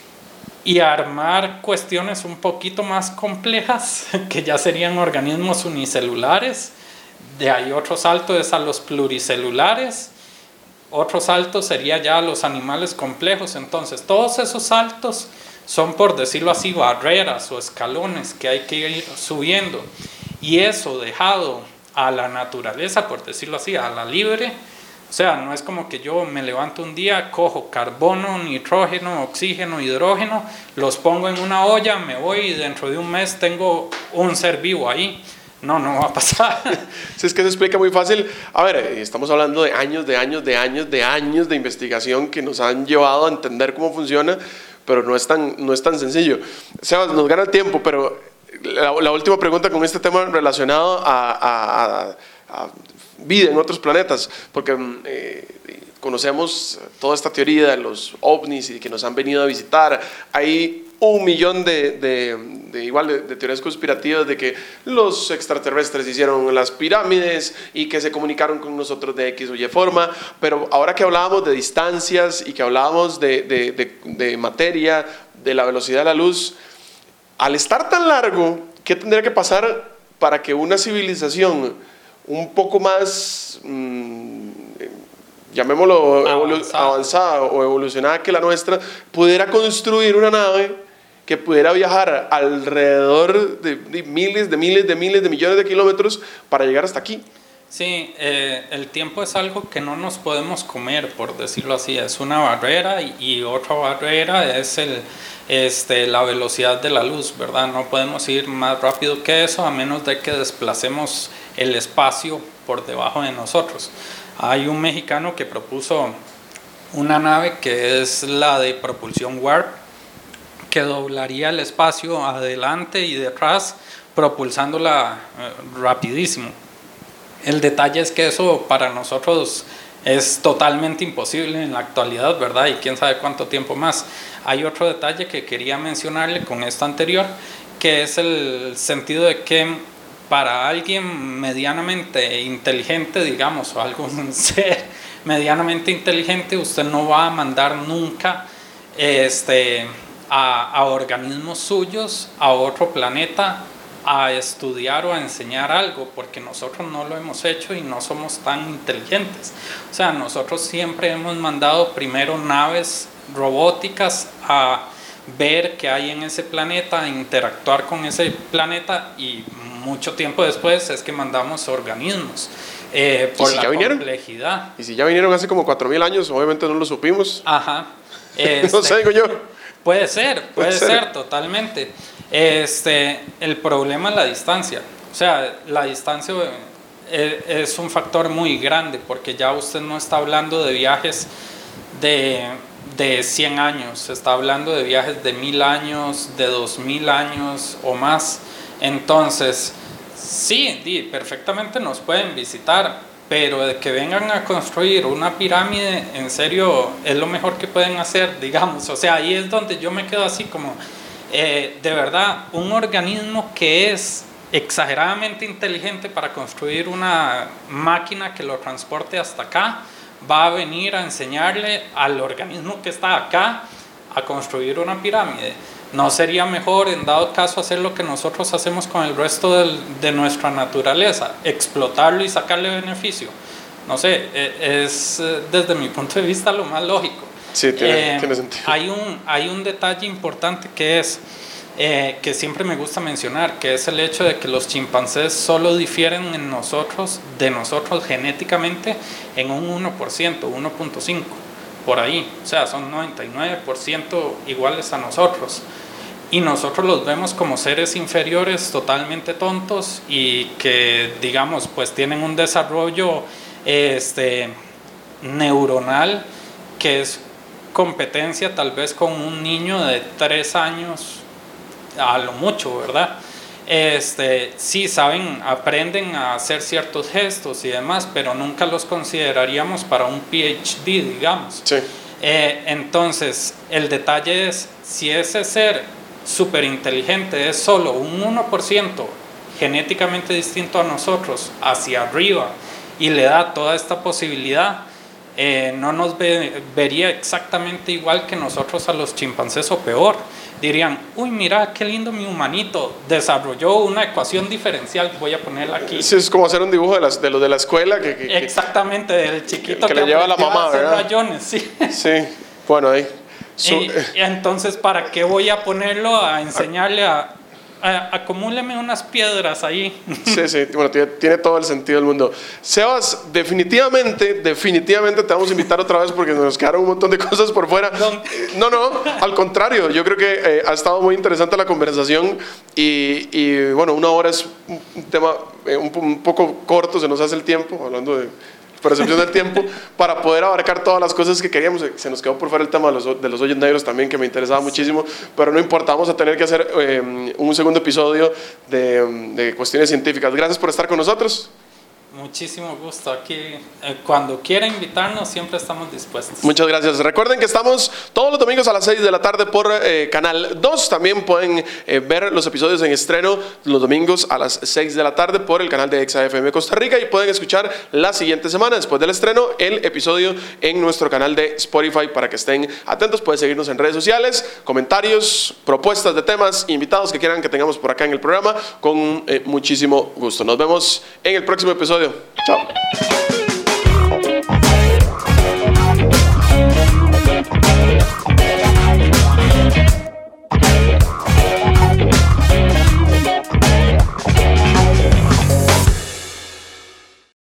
y armar cuestiones un poquito más complejas, que ya serían organismos unicelulares. De ahí otro salto es a los pluricelulares, otro salto sería ya a los animales complejos. Entonces todos esos saltos son, por decirlo así, barreras o escalones que hay que ir subiendo, y eso dejado a la naturaleza, por decirlo así, a la libre. O sea, no es como que yo me levanto un día, cojo carbono, nitrógeno, oxígeno, hidrógeno, los pongo en una olla, me voy y dentro de un mes tengo un ser vivo ahí. No, no va a pasar.
Sí, es que se explica muy fácil. A ver, estamos hablando de años, de años, de años, de años de investigación que nos han llevado a entender cómo funciona, pero no es tan, no es tan sencillo. Sebas, nos gana el tiempo, pero la, la última pregunta con este tema relacionado a, a, a, a vida en otros planetas, porque eh, conocemos toda esta teoría de los ovnis y que nos han venido a visitar. Hay un millón de, de, de, igual de, de teorías conspirativas de que los extraterrestres hicieron las pirámides y que se comunicaron con nosotros de X o Y forma, pero ahora que hablábamos de distancias y que hablábamos de, de, de, de materia, de la velocidad de la luz, al estar tan largo, ¿qué tendría que pasar para que una civilización un poco más, mmm, llamémoslo avanzada. avanzada o evolucionada que la nuestra, pudiera construir una nave que pudiera viajar alrededor de, de miles, de miles, de miles, de millones de kilómetros para llegar hasta aquí?
Sí, eh, el tiempo es algo que no nos podemos comer, por decirlo así. Es una barrera y, y otra barrera es el, este, la velocidad de la luz, ¿verdad? No podemos ir más rápido que eso a menos de que desplacemos el espacio por debajo de nosotros. Hay un mexicano que propuso una nave que es la de propulsión Warp, que doblaría el espacio adelante y detrás, propulsándola eh, rapidísimo. El detalle es que eso para nosotros es totalmente imposible en la actualidad, ¿verdad? Y quién sabe cuánto tiempo más. Hay otro detalle que quería mencionarle con esto anterior, que es el sentido de que para alguien medianamente inteligente, digamos, o algún ser medianamente inteligente, usted no va a mandar nunca este, a, a organismos suyos a otro planeta a estudiar o a enseñar algo, porque nosotros no lo hemos hecho y no somos tan inteligentes. O sea, nosotros siempre hemos mandado primero naves robóticas a ver qué hay en ese planeta, a interactuar con ese planeta, y mucho tiempo después es que mandamos organismos eh, por
si
la
complejidad. Vinieron? Y si ya vinieron hace como cuatro mil años, obviamente no lo supimos.
Ajá.
Este, no sé, digo yo.
Puede ser, puede, puede ser. ser, totalmente. Este, el problema es la distancia. O sea, la distancia es un factor muy grande, porque ya usted no está hablando de viajes de, de cien años, está hablando de viajes de mil años, de dos mil años o más. Entonces, sí, perfectamente nos pueden visitar, pero de que vengan a construir una pirámide, en serio, es lo mejor que pueden hacer, digamos. O sea, ahí es donde yo me quedo así como... Eh, de verdad, un organismo que es exageradamente inteligente para construir una máquina que lo transporte hasta acá, va a venir a enseñarle al organismo que está acá a construir una pirámide. ¿No sería mejor, en dado caso, hacer lo que nosotros hacemos con el resto del, de nuestra naturaleza, explotarlo y sacarle beneficio? No sé, es desde mi punto de vista lo más lógico.
Sí, tiene, eh, tiene sentido.
Hay un, hay un detalle importante que es, eh, que siempre me gusta mencionar, que es el hecho de que los chimpancés solo difieren en nosotros, de nosotros genéticamente en un uno por ciento, uno punto cinco, por ahí. O sea, son noventa y nueve por ciento iguales a nosotros. Y nosotros los vemos como seres inferiores, totalmente tontos, y que, digamos, pues tienen un desarrollo este, neuronal que es competencia tal vez con un niño de tres años a lo mucho, ¿verdad? Este, sí saben, aprenden a hacer ciertos gestos y demás, pero nunca los consideraríamos para un P H D, digamos.
Sí.
Eh, entonces, el detalle es, si ese ser súper inteligente es solo un uno por ciento genéticamente distinto a nosotros, hacia arriba, y le da toda esta posibilidad, Eh, no nos ve, vería exactamente igual que nosotros a los chimpancés, o peor. Dirían, uy, mira qué lindo mi humanito, desarrolló una ecuación diferencial, voy a ponerla aquí.
Sí, es como hacer un dibujo de, las, de los de la escuela que, que,
exactamente, del chiquito
que, que, que le lleva a la mamá,
a hacer
¿verdad?
rayones, sí.
Sí, bueno, ahí
so, y, y entonces, ¿para qué voy a ponerlo a enseñarle a acumúleme unas piedras ahí?
Sí, sí, bueno, tiene, tiene todo el sentido del mundo. Sebas, definitivamente, definitivamente te vamos a invitar otra vez, porque nos quedaron un montón de cosas por fuera. No, no, al contrario, yo creo que eh, ha estado muy interesante la conversación, y, y bueno, una hora es un, un tema eh, un, un poco corto, se nos hace el tiempo, hablando de percepción del tiempo, para poder abarcar todas las cosas que queríamos. Se nos quedó por fuera el tema de los, de los hoyos negros también, que me interesaba muchísimo, pero no importa, vamos a tener que hacer eh, un segundo episodio de, de cuestiones científicas. Gracias por estar con nosotros.
Muchísimo gusto aquí. Eh, cuando quiera invitarnos, siempre estamos dispuestos.
Muchas gracias. Recuerden que estamos todos los domingos a las seis de la tarde por eh, Canal dos. También pueden eh, ver los episodios en estreno los domingos a las seis de la tarde por el canal de Exa F M Costa Rica, y pueden escuchar la siguiente semana, después del estreno, el episodio en nuestro canal de Spotify, para que estén atentos. Pueden seguirnos en redes sociales, comentarios, propuestas de temas, invitados que quieran que tengamos por acá en el programa, con eh, muchísimo gusto. Nos vemos en el próximo episodio. Chao.